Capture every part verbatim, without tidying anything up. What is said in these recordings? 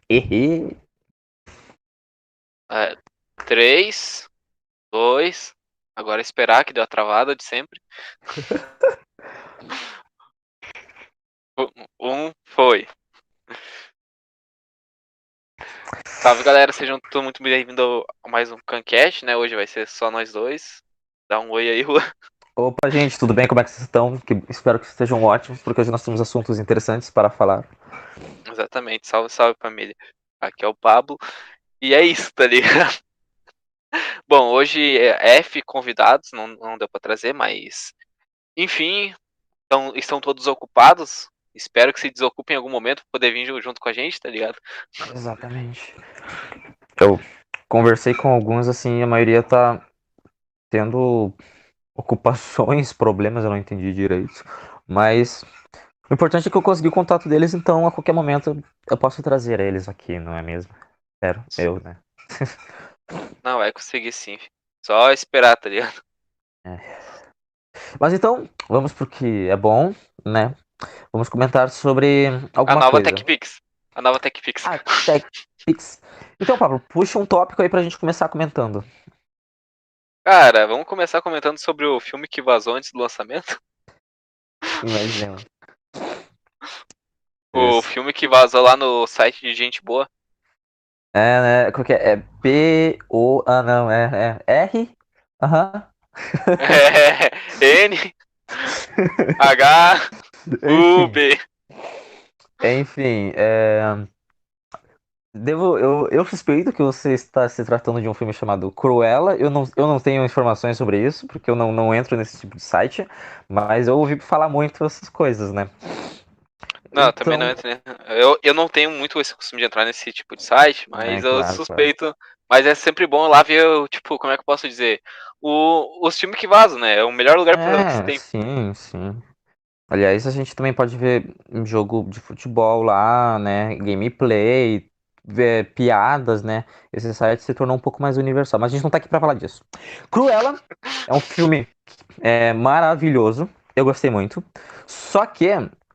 Hehe. É, três, dois. Agora esperar que deu a travada de sempre. Um, foi. Salve galera, sejam todos muito bem-vindos a mais um Cancast, né? Hoje vai ser só nós dois. Dá um oi aí, Rua. Opa, gente, tudo bem? Como é que vocês estão? Que- espero que estejam ótimos, porque hoje nós temos assuntos interessantes para falar. Exatamente, salve, salve família. Aqui é o Pablo. E é isso, tá ligado? Bom, hoje é F convidados, não, não deu pra trazer, mas. Enfim, então, estão todos ocupados. Espero que se desocupem em algum momento pra poder vir junto com a gente, tá ligado? Exatamente. Eu conversei com alguns, assim, a maioria tá tendo ocupações, problemas, eu não entendi direito. Mas o importante é que eu consegui o contato deles, então a qualquer momento eu posso trazer eles aqui, não é mesmo? Espero, eu, né? Não, vai conseguir sim. Só esperar, tá ligado? É. Mas então, vamos pro que é bom, né? Vamos comentar sobre A alguma nova coisa. TechPix. A nova TechPix. Ah, TechPix. Então, Pablo, puxa um tópico aí pra gente começar comentando. Cara, vamos começar comentando sobre o filme que vazou antes do lançamento. Imagina. O Isso. filme que vazou lá no site de Gente Boa. É, né? Qual que é? É P O. Ah, não, é, é R? Aham. É, N, H, U, Enfim. B. Enfim, é, devo, eu, eu suspeito que você está se tratando de um filme chamado Cruella. Eu não, eu não tenho informações sobre isso, porque eu não, não entro nesse tipo de site, mas eu ouvi falar muito essas coisas, né? Não, também não Então, entra, né? Eu, eu não tenho muito esse costume de entrar nesse tipo de site, é mas eu claro, claro. suspeito. Mas é sempre bom lá ver, tipo, como é que eu posso dizer? O, os filmes que vazam, né? É o melhor lugar pra, que se É, tem. sim, sim. Aliás, a gente também pode ver um jogo de futebol lá, né? Gameplay, ver piadas, né? Esse site se tornou um pouco mais universal. Mas a gente não tá aqui pra falar disso. Cruella é um filme é, maravilhoso. Eu gostei muito. Só que,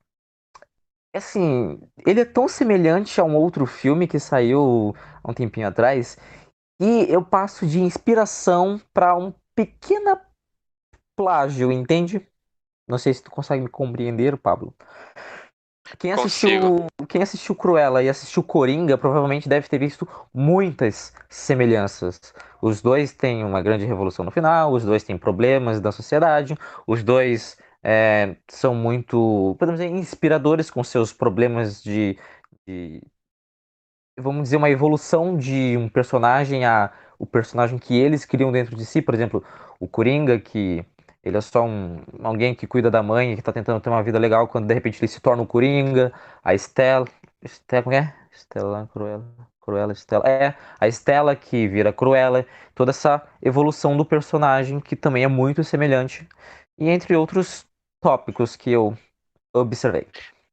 assim, ele é tão semelhante a um outro filme que saiu há um tempinho atrás. E eu passo de inspiração pra um pequeno plágio, entende? Não sei se tu consegue me compreender, Pablo. Quem Consigo. assistiu, quem assistiu Cruella e assistiu Coringa provavelmente deve ter visto muitas semelhanças. Os dois têm uma grande revolução no final, os dois têm problemas da sociedade, os dois é, são muito, podemos dizer, inspiradores com seus problemas de, de, vamos dizer, uma evolução de um personagem a o personagem que eles criam dentro de si. Por exemplo, o Coringa, que ele é só um, alguém que cuida da mãe, que tá tentando ter uma vida legal, quando de repente ele se torna o Coringa. A Estela, Estela, como é? Estela, Cruella, Cruella, Estela. É, a Estela que vira Cruella. Toda essa evolução do personagem, que também é muito semelhante. E entre outros tópicos que eu observei.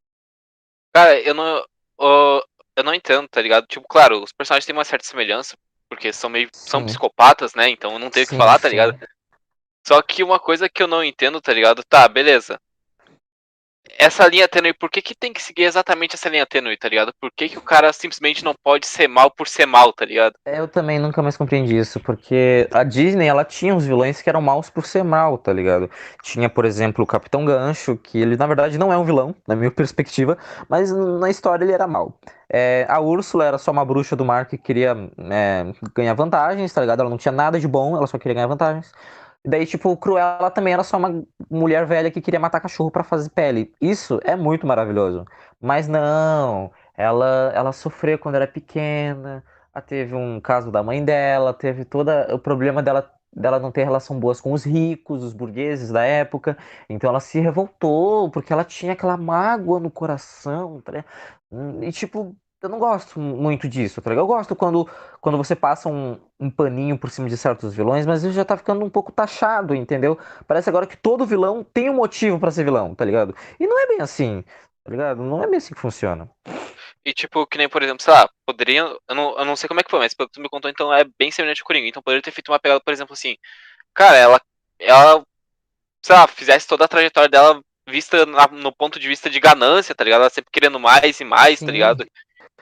Cara, eu não. ó, eu não entendo, tá ligado? Tipo, claro, os personagens têm uma certa semelhança, porque são meio. São Sim, psicopatas, né? Então eu não tenho o que sim, falar, tá ligado? sim. Só que uma coisa que eu não entendo, tá ligado? Tá, beleza. Essa linha tênue, por que, que tem que seguir exatamente essa linha tênue, tá ligado? Por que, que o cara simplesmente não pode ser mal por ser mal, tá ligado? É, eu também nunca mais compreendi isso, porque a Disney, ela tinha uns vilões que eram maus por ser mal, tá ligado? Tinha, por exemplo, o Capitão Gancho, que ele na verdade não é um vilão, na minha perspectiva, mas na história ele era mau. É, a Úrsula era só uma bruxa do mar que queria é, ganhar vantagens, tá ligado? Ela não tinha nada de bom, ela só queria ganhar vantagens. E daí, tipo, o Cruella também era só uma mulher velha que queria matar cachorro pra fazer pele. Isso é muito maravilhoso. Mas não, ela, ela sofreu quando era pequena. Ah, teve um caso da mãe dela, teve todo o problema dela, dela não ter relação boas com os ricos, os burgueses da época. Então ela se revoltou porque ela tinha aquela mágoa no coração, tá ligado? Hum, E tipo, eu não gosto muito disso, tá ligado? Eu gosto quando, quando você passa um, um paninho por cima de certos vilões, mas isso já tá ficando um pouco taxado, entendeu? Parece agora que todo vilão tem um motivo pra ser vilão, tá ligado? E não é bem assim, tá ligado? Não é bem assim que funciona. E tipo, que nem, por exemplo, sei lá, poderiam. Eu não, eu não sei como é que foi, mas pelo que tu me contou, então é bem semelhante ao Coringa. Então poderia ter feito uma pegada, por exemplo, assim. Cara, ela. Ela, sei lá, fizesse toda a trajetória dela vista na- no ponto de vista de ganância, tá ligado? Ela sempre querendo mais e mais, tá Sim. ligado?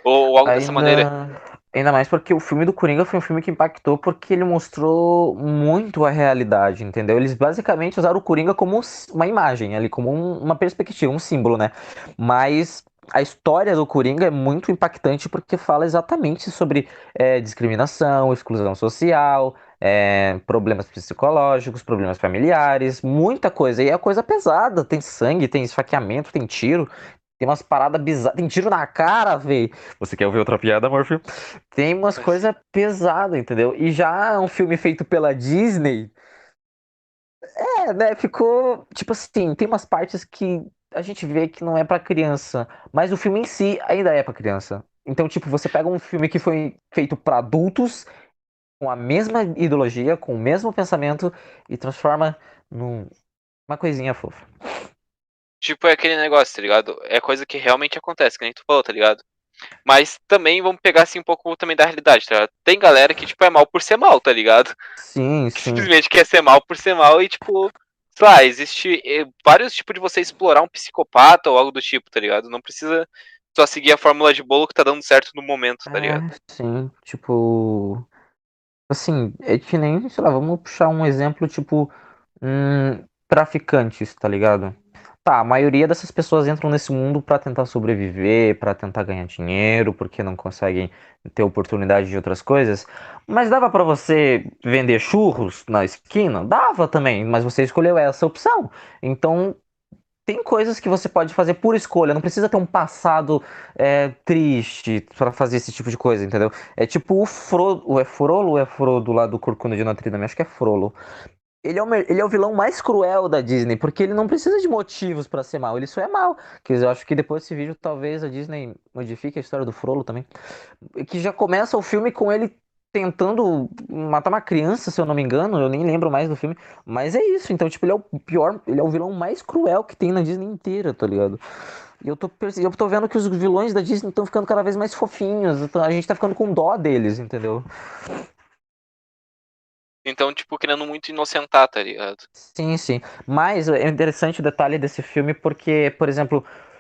Ou, ou algo dessa maneira. Ainda, ainda mais porque o filme do Coringa foi um filme que impactou porque ele mostrou muito a realidade, entendeu? Eles basicamente usaram o Coringa como s- uma imagem ali, como um- uma perspectiva, um símbolo, né? Mas a história do Coringa é muito impactante porque fala exatamente sobre é, discriminação, exclusão social, é, problemas psicológicos, problemas familiares, muita coisa. E é coisa pesada, tem sangue, tem esfaqueamento, tem tiro. Tem umas paradas bizarras. Tem tiro na cara, véi. Você quer ouvir outra piada, Morphe? Tem umas Assim, coisas pesadas, entendeu? E já um filme feito pela Disney, é, né? Ficou. Tipo assim, tem umas partes que a gente vê que não é pra criança. Mas o filme em si ainda é pra criança. Então, tipo, você pega um filme que foi feito pra adultos, com a mesma ideologia, com o mesmo pensamento, e transforma numa coisinha fofa. tipo, é aquele negócio, tá ligado? É coisa que realmente acontece, que nem tu falou, tá ligado? Mas também vamos pegar assim um pouco também da realidade, tá ligado? Tem galera que, tipo, é mal por ser mal, tá ligado? Sim, Que sim. simplesmente quer ser mal por ser mal e, tipo, sei lá, existe eh, vários tipos de você explorar um psicopata ou algo do tipo, tá ligado? Não precisa só seguir a fórmula de bolo que tá dando certo no momento, tá ligado? É, sim. Tipo. Assim, é que nem, sei lá, vamos puxar um exemplo tipo, hum, traficantes, tá ligado? Tá, a maioria dessas pessoas entram nesse mundo pra tentar sobreviver, pra tentar ganhar dinheiro, porque não conseguem ter oportunidade de outras coisas. Mas dava pra você vender churros na esquina? Dava também, mas você escolheu essa opção. Então, tem coisas que você pode fazer por escolha, não precisa ter um passado é, triste pra fazer esse tipo de coisa, entendeu? É tipo o Frodo, é Frollo ou é Frodo lá do Corcunda de Notre Dame? Acho que é Frollo. Ele é, o, me- ele é o vilão mais cruel da Disney, porque ele não precisa de motivos pra ser mal, ele só é mal. Quer dizer, eu acho que depois desse vídeo talvez a Disney modifique a história do Frollo também. Que já começa o filme com ele tentando matar uma criança, se eu não me engano, eu nem lembro mais do filme, mas é isso, então, tipo, ele é o pior, ele é o vilão mais cruel que tem na Disney inteira, tá ligado? E eu tô, perce- eu tô vendo que os vilões da Disney estão ficando cada vez mais fofinhos, então a gente tá ficando com dó deles, entendeu? Então, tipo, querendo muito inocentar, tá ligado? Sim, sim. Mas é interessante o detalhe desse filme porque, por exemplo,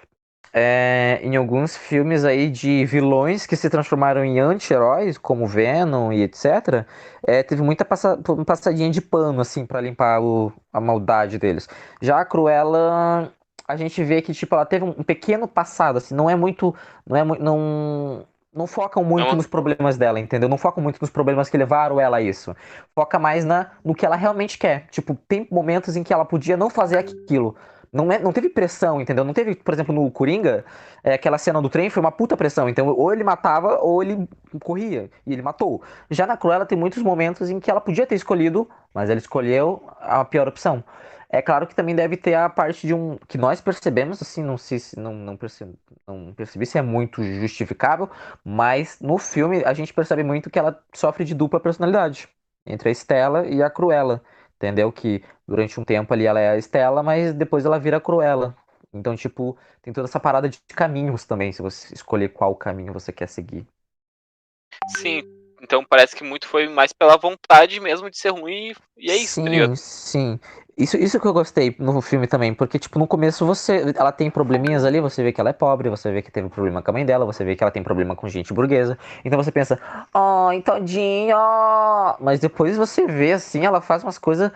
é, em alguns filmes aí de vilões que se transformaram em anti-heróis, como Venom e etcétera, é, teve muita passa- passadinha de pano, assim, pra limpar o- a maldade deles. Já a Cruella, a gente vê que, tipo, ela teve um, um pequeno passado, assim, não é muito, não é muito, não, não focam muito Não, nos problemas dela, entendeu? Não focam muito nos problemas que levaram ela a isso. Foca mais na, no que ela realmente quer. Tipo, tem momentos em que ela podia não fazer aquilo. Não, é, não teve pressão, entendeu? Não teve, por exemplo, no Coringa, é, aquela cena do trem foi uma puta pressão. Então, ou ele matava ou ele corria. E ele matou. Já na Cruella tem muitos momentos em que ela podia ter escolhido, mas ela escolheu a pior opção. É claro que também deve ter a parte de um. Que nós percebemos, assim, não sei se. Não, não, percebi, não percebi se é muito justificável, mas no filme a gente percebe muito que ela sofre de dupla personalidade entre a Stella e a Cruella. Entendeu? Que durante um tempo ali ela é a Stella, mas depois ela vira a Cruella. Então, tipo, tem toda essa parada de caminhos também, se você escolher qual caminho você quer seguir. sim. Então parece que muito foi mais pela vontade mesmo de ser ruim e, e é isso, tá ligado? Sim, sim. Isso, isso que eu gostei no filme também, porque, tipo, no começo você, ela tem probleminhas ali, você vê que ela é pobre, você vê que teve problema com a mãe dela, você vê que ela tem problema com gente burguesa. Então você pensa, ai, tadinha. Mas depois você vê, assim, ela faz umas coisas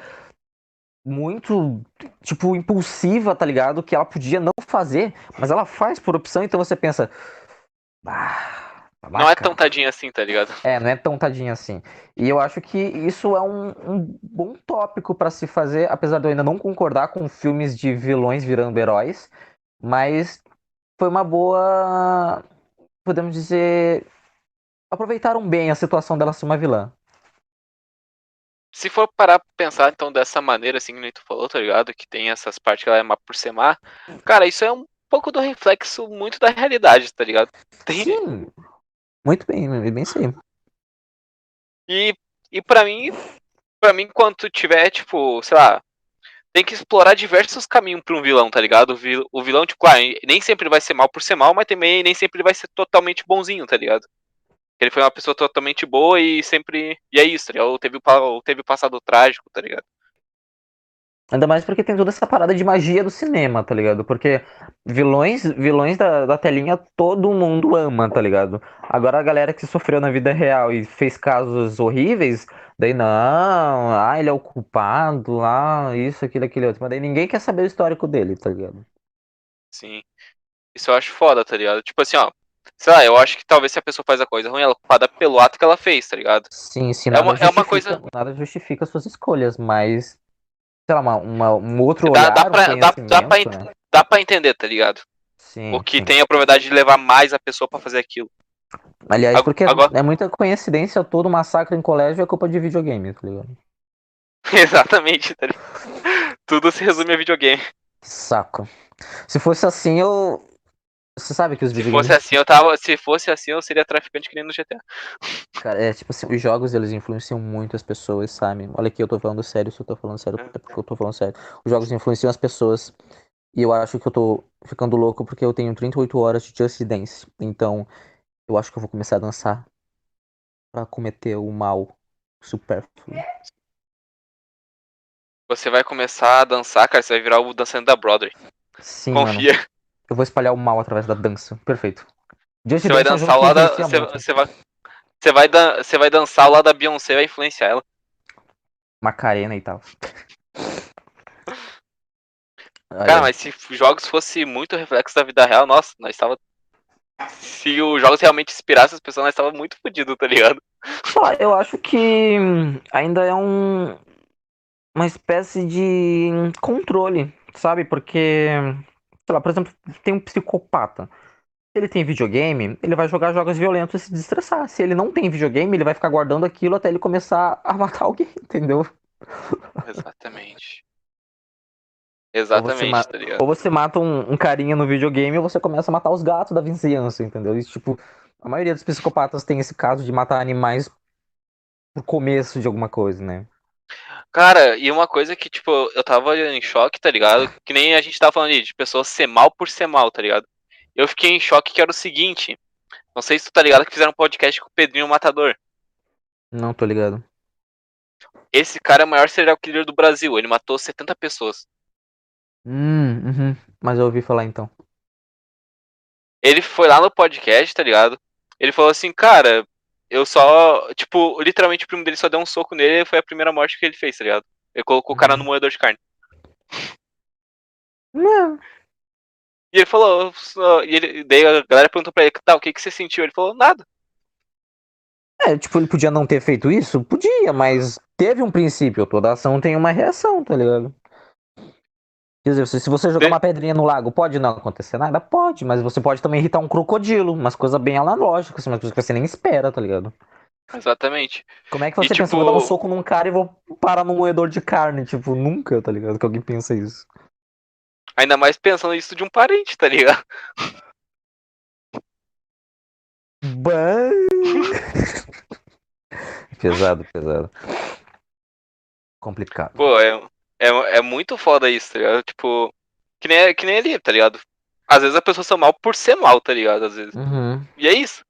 muito, tipo, impulsiva, tá ligado? Que ela podia não fazer, mas ela faz por opção, então você pensa, ah, Não é babaca. tão tadinho assim, tá ligado? É, não é tão tadinha assim. E eu acho que isso é um, um bom tópico pra se fazer, apesar de eu ainda não concordar com filmes de vilões virando heróis, mas foi uma boa, podemos dizer, aproveitaram bem a situação dela ser uma vilã. Se for parar pra pensar, então, dessa maneira, assim, que nem tu falou, tá ligado? Que tem essas partes que ela é má por ser má. Cara, isso é um pouco do reflexo muito da realidade, tá ligado? Tem... Sim, muito bem, bem isso aí. E, e pra mim, pra mim, quando tu tiver, tipo, sei lá, tem que explorar diversos caminhos pra um vilão, tá ligado? O, vil, o vilão, tipo, claro, nem sempre vai ser mal por ser mal, mas também nem sempre vai ser totalmente bonzinho, tá ligado? Ele foi uma pessoa totalmente boa e sempre. E é isso, tá ligado? Ou teve, o pa- ou teve o passado trágico, tá ligado? Ainda mais porque tem toda essa parada de magia do cinema, tá ligado? Porque vilões, vilões da, da telinha todo mundo ama, tá ligado? Agora a galera que sofreu na vida real e fez casos horríveis, daí não, ah, ele é o culpado, ah, isso, aquilo, aquilo outro. Mas daí ninguém quer saber o histórico dele, tá ligado? Sim. Isso eu acho foda, tá ligado? Tipo assim, ó. Sei lá, eu acho que talvez se a pessoa faz a coisa ruim, ela é culpada pelo ato que ela fez, tá ligado? Sim, sim, É nada uma, é uma justifica, coisa. nada justifica suas escolhas, mas, sei lá, uma, uma- um outro Dá, dá, olhar, um pra, dá, dá, pra, conhecimento, ent- né? dá pra entender, tá ligado? O Sim, que sim. tem a probabilidade de levar mais a pessoa pra fazer aquilo. Aliás, Ago- porque Agora, é muita coincidência, todo massacre em colégio é culpa de videogame, tá ligado? exatamente, tá ligado? Tudo se resume a videogame. Saco. Se fosse assim, eu. Você sabe que os Se fosse videogames. assim, eu tava. Se fosse assim, eu seria traficante que nem no G T A. Cara, é tipo assim, os jogos eles influenciam muito as pessoas, sabe? Olha aqui, eu tô falando sério, se eu tô falando sério, é porque eu tô falando sério. Os jogos influenciam as pessoas. E eu acho que eu tô ficando louco porque eu tenho trinta e oito horas de Just Dance. Então, eu acho que eu vou começar a dançar pra cometer o mal supérfluo. Você vai começar a dançar, cara, você vai virar o dançando da Broadway. Sim, mano. Confia. Eu vou espalhar o mal através da dança. Perfeito. Just Você vai Dance é um jogo dançar ao que lado da. influencia Você, muito. você vai, você vai, dan- você vai dançar ao lado da Beyoncé e vai influenciar ela. Macarena e tal. Ai, Cara, ai. mas se jogos fosse muito reflexo da vida real, nossa, nós tava. Se os jogos realmente inspirassem as pessoas, nós tava muito fodido, tá ligado? Sei lá, eu acho que hum, ainda é um, uma espécie de controle, sabe? Porque, sei lá, por exemplo, tem um psicopata. Se ele tem videogame, ele vai jogar jogos violentos e se destressar. Se ele não tem videogame, ele vai ficar guardando aquilo até ele começar a matar alguém, entendeu? Exatamente. Ou você, Exatamente, ma- tá ligado? ou você mata um, um carinha no videogame ou você começa a matar os gatos da vizinhança, entendeu? E, tipo, a maioria dos psicopatas tem esse caso de matar animais por começo de alguma coisa, né? Cara, e uma coisa que, tipo, eu tava em choque, tá ligado? Que nem a gente tava falando ali, de pessoas ser mal por ser mal, tá ligado? Eu fiquei em choque que era o seguinte. Não sei se tu tá ligado que fizeram um podcast com o Pedrinho Matador. Não tô ligado. Esse cara é o maior serial killer do Brasil. Ele matou setenta pessoas. Hum, uhum. Mas eu ouvi falar então. Ele foi lá no podcast, tá ligado? Ele falou assim, cara, eu só. Tipo, literalmente o primo dele só deu um soco nele e foi a primeira morte que ele fez, tá ligado? Ele colocou o cara no Uhum. moedor de carne. Não. E ele falou. Só- E ele, daí a galera perguntou pra ele, tá, o que, que você sentiu? Ele falou, nada. É, tipo, ele podia não ter feito isso? Podia, mas teve um princípio. Toda ação tem uma reação, tá ligado? Quer dizer, se se você jogar De- uma pedrinha no lago, pode não acontecer nada? Pode, mas você pode também irritar um crocodilo. Umas coisas bem analógicas, umas coisas que você nem espera, tá ligado? Exatamente. Como é que E você pensa, eu vou dar um tipo, soco num cara e vou parar num moedor de carne? Tipo, nunca, tá ligado? Que alguém pensa isso. ainda mais pensando isso de um parente, tá ligado? Bah. Pesado, pesado. Complicado. Pô, é, é, é muito foda isso, tá ligado? Tipo, que nem, que nem ali, tá ligado? Às vezes a pessoa são mal por ser mal, tá ligado? Às vezes. Uhum. E é isso.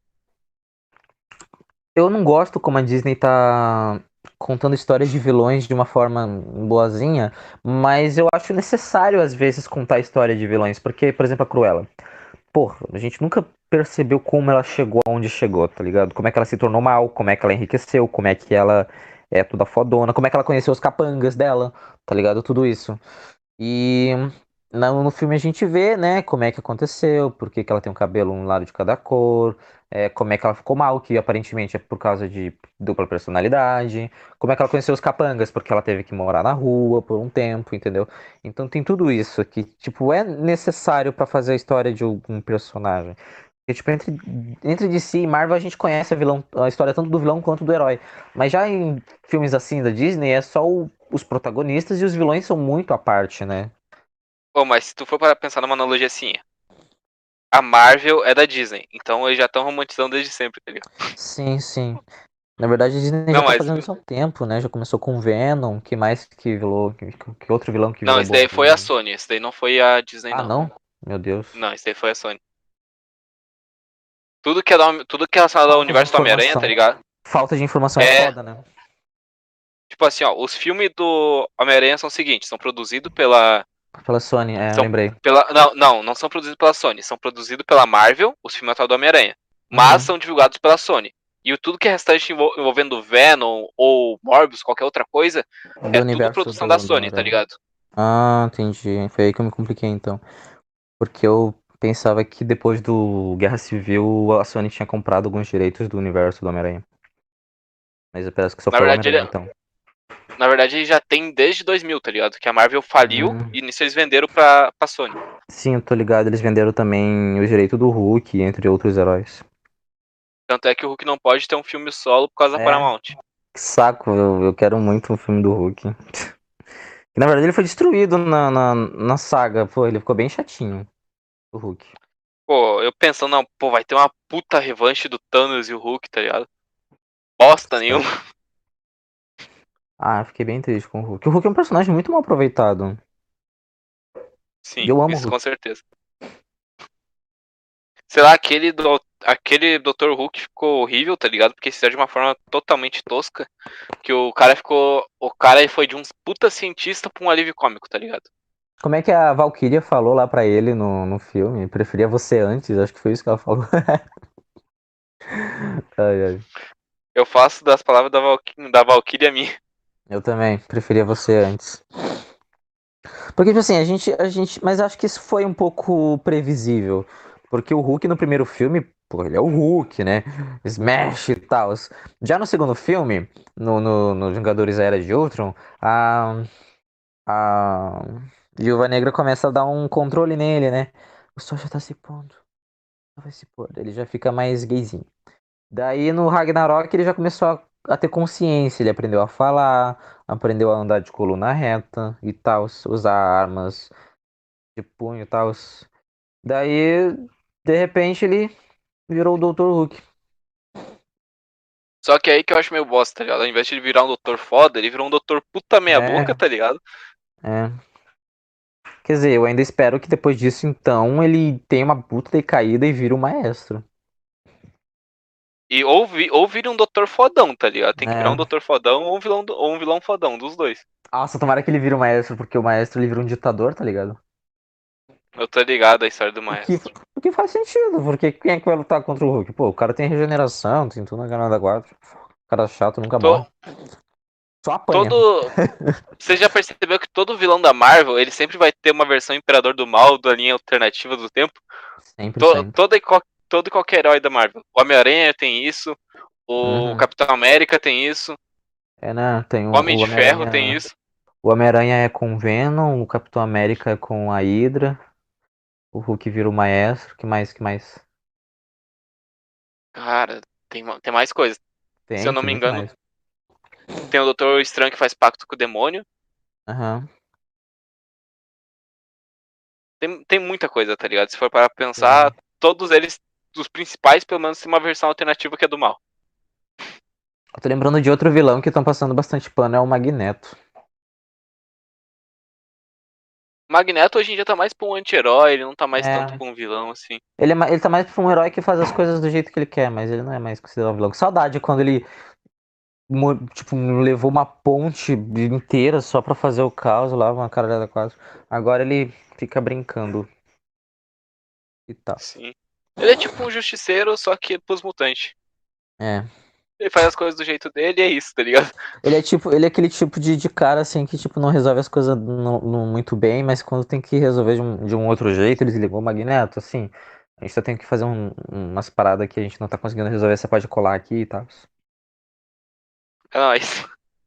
Eu não gosto como a Disney tá contando histórias de vilões de uma forma boazinha, mas eu acho necessário às vezes contar a história de vilões, porque, por exemplo, a Cruella. Porra, a gente nunca percebeu como ela chegou aonde chegou, tá ligado? Como é que ela se tornou mal, como é que ela enriqueceu, como é que ela é toda fodona, como é que ela conheceu os capangas dela, tá ligado? Tudo isso. E no, no filme a gente vê, né, como é que aconteceu, por que que ela tem um cabelo um lado de cada cor, é, como é que ela ficou mal, que aparentemente é por causa de dupla personalidade, como é que ela conheceu os capangas, porque ela teve que morar na rua por um tempo, entendeu? Então tem tudo isso que, tipo, é necessário pra fazer a história de algum personagem. Porque, tipo, entre, entre D C e Marvel a gente conhece a, vilão, a história tanto do vilão quanto do herói. Mas já em filmes assim da Disney é só o- os protagonistas e os vilões são muito à parte, né? Pô, mas se tu for para pensar numa analogia assim, a Marvel é da Disney, então eles já estão romantizando desde sempre, tá ligado? Sim, sim. Na verdade, a Disney já Não, tá mas. fazendo isso há um tempo, né? Já começou com Venom, que mais que vilão, que, que outro vilão que Não, virou esse daí foi a bonzinho. Sony, esse daí não foi a Disney, Ah, não. não? Meu Deus. Não, esse daí foi a Sony. Tudo que é, da, tudo que é relacionado ao Falta de universo do Homem-Aranha, tá informação. ligado? Falta de informação é É. foda, né? Tipo assim, ó, os filmes do Homem-Aranha são os seguintes, são produzidos pela... Pela Sony, é, eu São lembrei. pela não, não, não são produzidos pela Sony, são produzidos pela Marvel, os filmes atuais do Homem-Aranha. Mas Uhum. são divulgados pela Sony. E tudo que é restante envolvendo Venom ou Morbius, qualquer outra coisa, Do é tudo universo produção da do, do Sony, tá Homem-Aranha. ligado? Ah, entendi. Foi aí que eu me compliquei então. Porque eu pensava que depois do Guerra Civil a Sony tinha comprado alguns direitos do universo do Homem-Aranha. Mas eu penso que só Na foi o verdade, ele, Homem-Aranha então. na verdade, ele já tem desde dois mil, tá ligado? Que a Marvel faliu Hum. e nisso eles venderam pra, pra Sony. Sim, eu tô ligado. Eles venderam também o direito do Hulk, entre outros heróis. Tanto é que o Hulk não pode ter um filme solo por causa da É, Paramount. que saco. Eu, eu quero muito um filme do Hulk. Que, na verdade ele foi destruído na, na, na saga. Pô, ele ficou bem chatinho, o Hulk. Pô, eu pensando, não, pô, vai ter uma puta revanche do Thanos e o Hulk, tá ligado? Bosta nenhuma. Certo. Ah, eu fiquei bem triste com o Hulk. O Hulk é um personagem muito mal aproveitado. E Sim, eu amo o isso Hulk. com certeza. Sei lá, aquele, do, aquele doutor Hulk ficou horrível, tá ligado? Porque fizeram de uma forma totalmente tosca. Que o cara ficou. O cara foi de um puta cientista pra um alívio cômico, tá ligado? Como é que a Valkyria falou lá pra ele no, no filme? Preferia você antes, acho que foi isso que ela falou. Ai, ai. Eu faço das palavras da, Val, da Valkyria minha. Eu também, preferia você antes. Porque, tipo assim, a gente, a gente. Mas acho que isso foi um pouco previsível. Porque o Hulk no primeiro filme, pô, ele é o Hulk, né? Smash e tal. Já no segundo filme, no, no, no Vingadores Era de Ultron, a, a Viúva Negra começa a dar um controle nele, né? O sol já tá se pondo. Vai se pôr. Ele já fica mais gayzinho. Daí no Ragnarok ele já começou a, a ter consciência, ele aprendeu a falar, aprendeu a andar de coluna reta e tal, usar armas de punho e tal. Daí, de repente, ele virou o doutor Hulk. Só que aí que eu acho meio bosta, tá ligado? Ao invés de ele virar um doutor foda, ele virou um doutor puta meia boca, É, tá ligado? é. Quer dizer, eu ainda espero que depois disso, então, ele tenha uma puta decaída e vire um maestro. E ou, vi, ou vira um doutor fodão, tá ligado? Tem que virar um É. doutor fodão ou um vilão, ou um vilão fodão, dos dois. Nossa, tomara que ele vire um maestro, porque o maestro ele vira um ditador, tá ligado? Eu tô ligado à história do O que, maestro. o que faz sentido, porque quem é que vai lutar contra o Hulk? Pô, o cara tem regeneração, tem tudo na Canada quatro. O cara chato nunca morre. Tô, Só apanha. todo. Você já percebeu que todo vilão da Marvel, ele sempre vai ter uma versão Imperador do Mal da linha alternativa do tempo? Sempre, To, sempre. todo, e qual- todo e qualquer herói da Marvel. O Homem-Aranha tem isso, o Uhum. Capitão América tem isso, É, né? Tem o, o Homem o de Ferro Homem-Aranha. tem isso. O Homem-Aranha é com o Venom, o Capitão América é com a Hydra, o Hulk vira o Maestro, que mais, que mais? Cara, tem, tem mais coisas. Se eu Tem, não tem me muito engano, mais. tem o Doutor Estranho que faz pacto com o demônio. Aham, Tem, tem muita coisa, tá ligado? Se for para pensar, tem. todos eles, os principais, pelo menos, tem uma versão alternativa que é do mal. Eu tô lembrando de outro vilão que estão passando bastante pano, é o Magneto. Magneto hoje em dia tá mais pra um anti-herói, ele não tá mais tanto É, pra um vilão, assim. ele, é ma- ele tá mais pra um herói que faz as coisas do jeito que ele quer, mas ele não é mais considerado um vilão. Saudade quando ele, mo- tipo, levou uma ponte inteira só pra fazer o caos lá, uma caralhada quase. Agora ele fica brincando e tal. Sim. Ele é tipo um justiceiro, só que pros mutantes. É. Ele faz as coisas do jeito dele e é isso, tá ligado? Ele é tipo, ele é aquele tipo de, de cara assim que tipo não resolve as coisas no- no- muito bem, mas quando tem que resolver de um, de um outro jeito, eles ligam o Magneto, assim. A gente só tem que fazer um- umas paradas que a gente não tá conseguindo resolver, você pode colar aqui e tal. É nóis.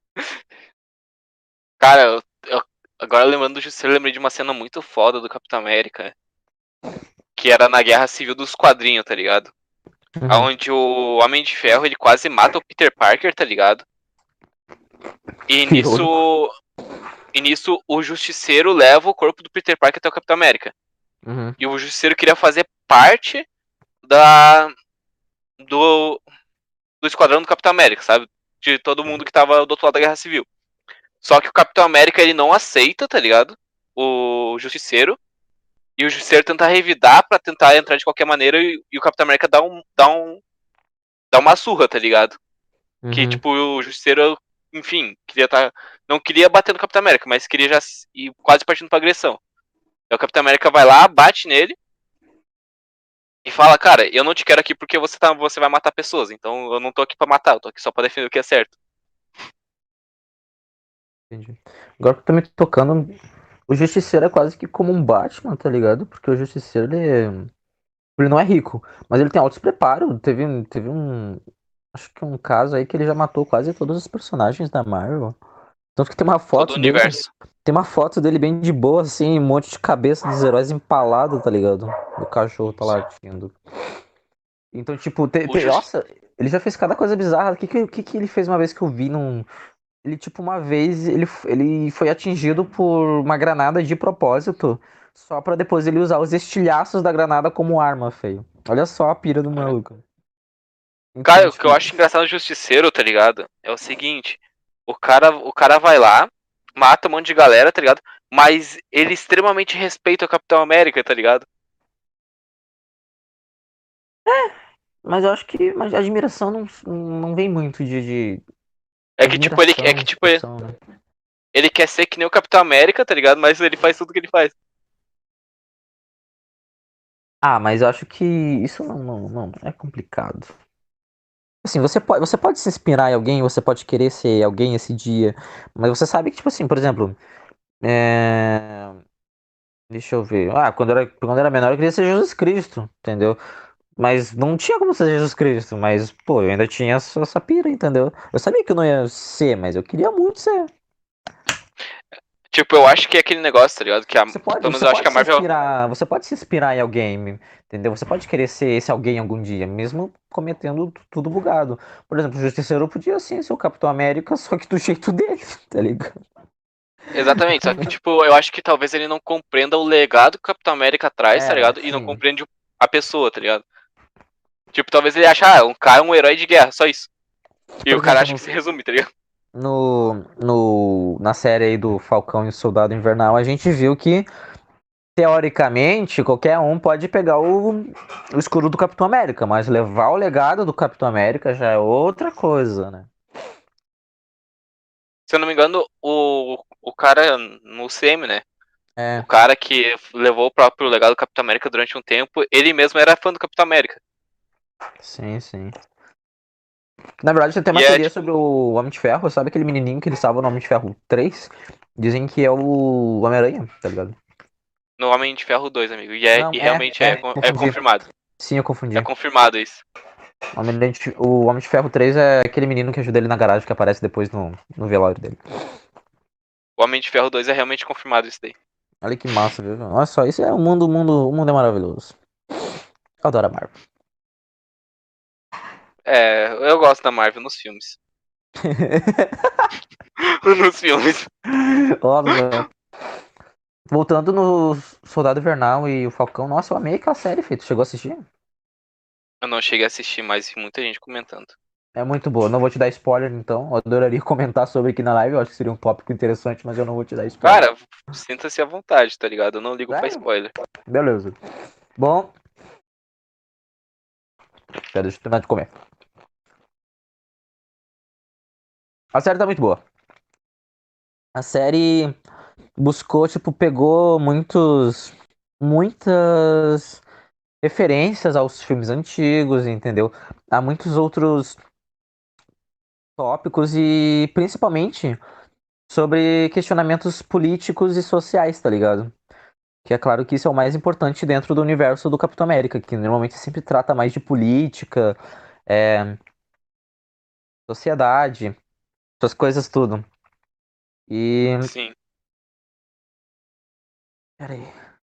Cara, eu, eu- agora lembrando do Justiceiro, eu lembrei de uma cena muito foda do Capitão América, que era na Guerra Civil dos quadrinhos, tá ligado? Uhum. Onde o Homem de Ferro, ele quase mata o Peter Parker, tá ligado? E Que irônico. nisso, e nisso o Justiceiro leva o corpo do Peter Parker até o Capitão América. Uhum. E o Justiceiro queria fazer parte da do, do esquadrão do Capitão América, sabe? De todo mundo que tava do outro lado da Guerra Civil. Só que o Capitão América, ele não aceita, tá ligado? O Justiceiro. E o Justiceiro tenta revidar pra tentar entrar de qualquer maneira e, e o Capitão América dá um, dá um dá uma surra, tá ligado? Que, Uhum. tipo, o Justiceiro enfim, queria tá, não queria bater no Capitão América, mas queria já ir quase partindo pra agressão. Aí o Capitão América vai lá, bate nele e fala, cara, eu não te quero aqui porque você, tá, você vai matar pessoas, então eu não tô aqui pra matar, eu tô aqui só pra defender o que é certo. Entendi. Agora que eu tô me tocando, o Justiceiro é quase que como um Batman, tá ligado? Porque o Justiceiro, ele, é- ele não é rico, mas ele tem altos preparo. Teve, teve um, acho que um caso aí que ele já matou quase todos os personagens da Marvel. Tanto que tem uma Todo o foto dele, universo. tem uma foto dele bem de boa, assim, um monte de cabeça dos heróis empalado, tá ligado? O cachorro tá latindo. Então, tipo, te, O te- Justi... nossa, ele já fez cada coisa bizarra. O que, que, que que ele fez uma vez que eu vi num. Ele, tipo, uma vez, ele, ele foi atingido por uma granada de propósito, só pra depois ele usar os estilhaços da granada como arma, feio. Olha só a pira do maluco. Então, Cara, o que eu tipo, acho engraçado no Justiceiro, tá ligado? É o seguinte, o cara, o cara vai lá, mata um monte de galera, tá ligado? Mas ele extremamente respeita o Capitão América, tá ligado? mas eu acho que mas a admiração não, não vem muito de, de É que tipo, ele é admiração, que tipo, ele, discussão, né? ele quer ser que nem o Capitão América, tá ligado? Mas ele faz tudo que ele faz. Ah, mas eu acho que isso não, não, não é complicado. Assim, você pode, você pode se inspirar em alguém, você pode querer ser alguém esse dia, mas você sabe que, tipo assim, por exemplo, é... deixa eu ver. Ah, quando eu era, quando eu era menor eu queria ser Jesus Cristo, entendeu? Mas não tinha como ser Jesus Cristo, mas, pô, eu ainda tinha essa, essa pira, entendeu? Eu sabia que eu não ia ser, mas eu queria muito ser. Tipo, eu acho que é aquele negócio, tá ligado? Que a, Você pode, pelo menos você eu acho que pode a se Marvel. inspirar, você pode se inspirar em alguém, entendeu? Você pode querer ser esse alguém algum dia, mesmo cometendo tu- tudo bugado. Por exemplo, o Justiceiro podia sim ser o Capitão América, só que do jeito dele, tá ligado? Exatamente, só que, tipo, eu acho que talvez ele não compreenda o legado que o Capitão América traz, tá É, ligado? E não sim. compreende a pessoa, tá ligado? Tipo, talvez ele ache, ah, um cara é um herói de guerra, só isso. E Por o cara exemplo, acha que no, se resume, tá ligado? no, no- na série aí do Falcão e o Soldado Invernal, a gente viu que, teoricamente, qualquer um pode pegar o, o escudo do Capitão América, mas levar o legado do Capitão América já é outra coisa, né? Se eu não me engano, o, o cara no C M, né? O É, cara que levou o próprio legado do Capitão América durante um tempo, ele mesmo era fã do Capitão América. sim, sim. Na verdade, tem uma E é, teoria tipo, sobre o Homem de Ferro. Sabe aquele menininho que ele estava no Homem de Ferro três? Dizem que é o Homem-Aranha, tá ligado? no Homem de Ferro dois, amigo. E, é, Não, e é, realmente é, é, é confundi. confirmado. Sim, eu É confundi. confirmado isso. O Homem de, o Homem de Ferro três é aquele menino que ajuda ele na garagem que aparece depois no, no velório dele. O Homem de Ferro dois é realmente confirmado isso daí. Olha que massa, viu? Olha só, isso é o mundo, o mundo, o mundo é maravilhoso. Eu adoro a Marvel. É, eu gosto da Marvel nos filmes. nos filmes. Nossa. Voltando no Soldado Invernal e o Falcão, nossa, eu amei aquela série, feito. Chegou a assistir? Eu não cheguei a assistir, mas vi muita gente comentando. É muito boa. Não vou te dar spoiler, então. Eu adoraria comentar sobre aqui na live. Eu acho que seria um tópico interessante, mas eu não vou te dar spoiler. Cara, sinta-se à vontade, tá ligado? Eu não ligo pra Sério? spoiler. Beleza. Bom, pera, deixa eu terminar de comer. A série tá muito boa. A série buscou, tipo, pegou muitos, muitas referências aos filmes antigos, entendeu? Há muitos outros tópicos e principalmente sobre questionamentos políticos e sociais, tá ligado? Que é claro que isso é o mais importante dentro do universo do Capitão América, que normalmente sempre trata mais de política, é, sociedade, essas coisas tudo. E. Sim. Pera aí.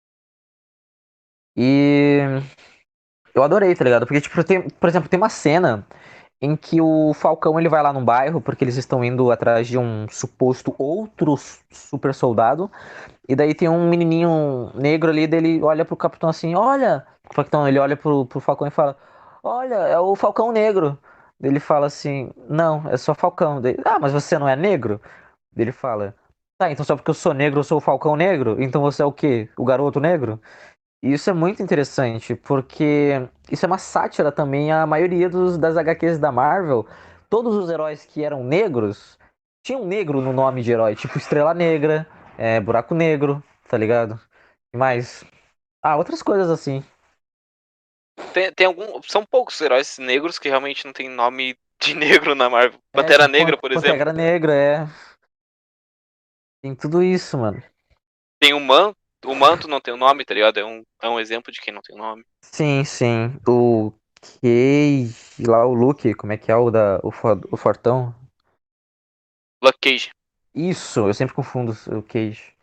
E eu adorei, tá ligado? Porque, tipo, tem, por exemplo, tem uma cena em que o Falcão ele vai lá num bairro porque eles estão indo atrás de um suposto outro super soldado. E daí tem um menininho negro ali, dele olha pro capitão assim, olha. O capitão, ele olha pro, pro Falcão e fala, olha, é o Falcão Negro. Ele fala assim, não, é só Falcão. Daí, ah, mas você não é negro? Ele fala, tá, então só porque eu sou negro, eu sou o Falcão Negro? Então você é o quê? O garoto negro? E isso é muito interessante, porque isso é uma sátira também à maioria dos, das H Qs da Marvel. Todos os heróis que eram negros tinha um negro no nome de herói, tipo Estrela Negra, é, Buraco Negro, tá ligado? E mais. Ah, outras coisas assim. Tem, tem algum. São poucos heróis negros que realmente não tem nome de negro na Marvel. É, Pantera tipo, Negra, Pan- por exemplo. Pantera Negra, é. Tem tudo isso, mano. Tem o Manto. O Manto não tem o nome, tá ligado? É um, é um exemplo de quem não tem nome. Sim, sim. O Cage, lá o Luke, como é que é o da o, fo- o Fortão? Luke Cage. Isso, eu sempre confundo o Cage.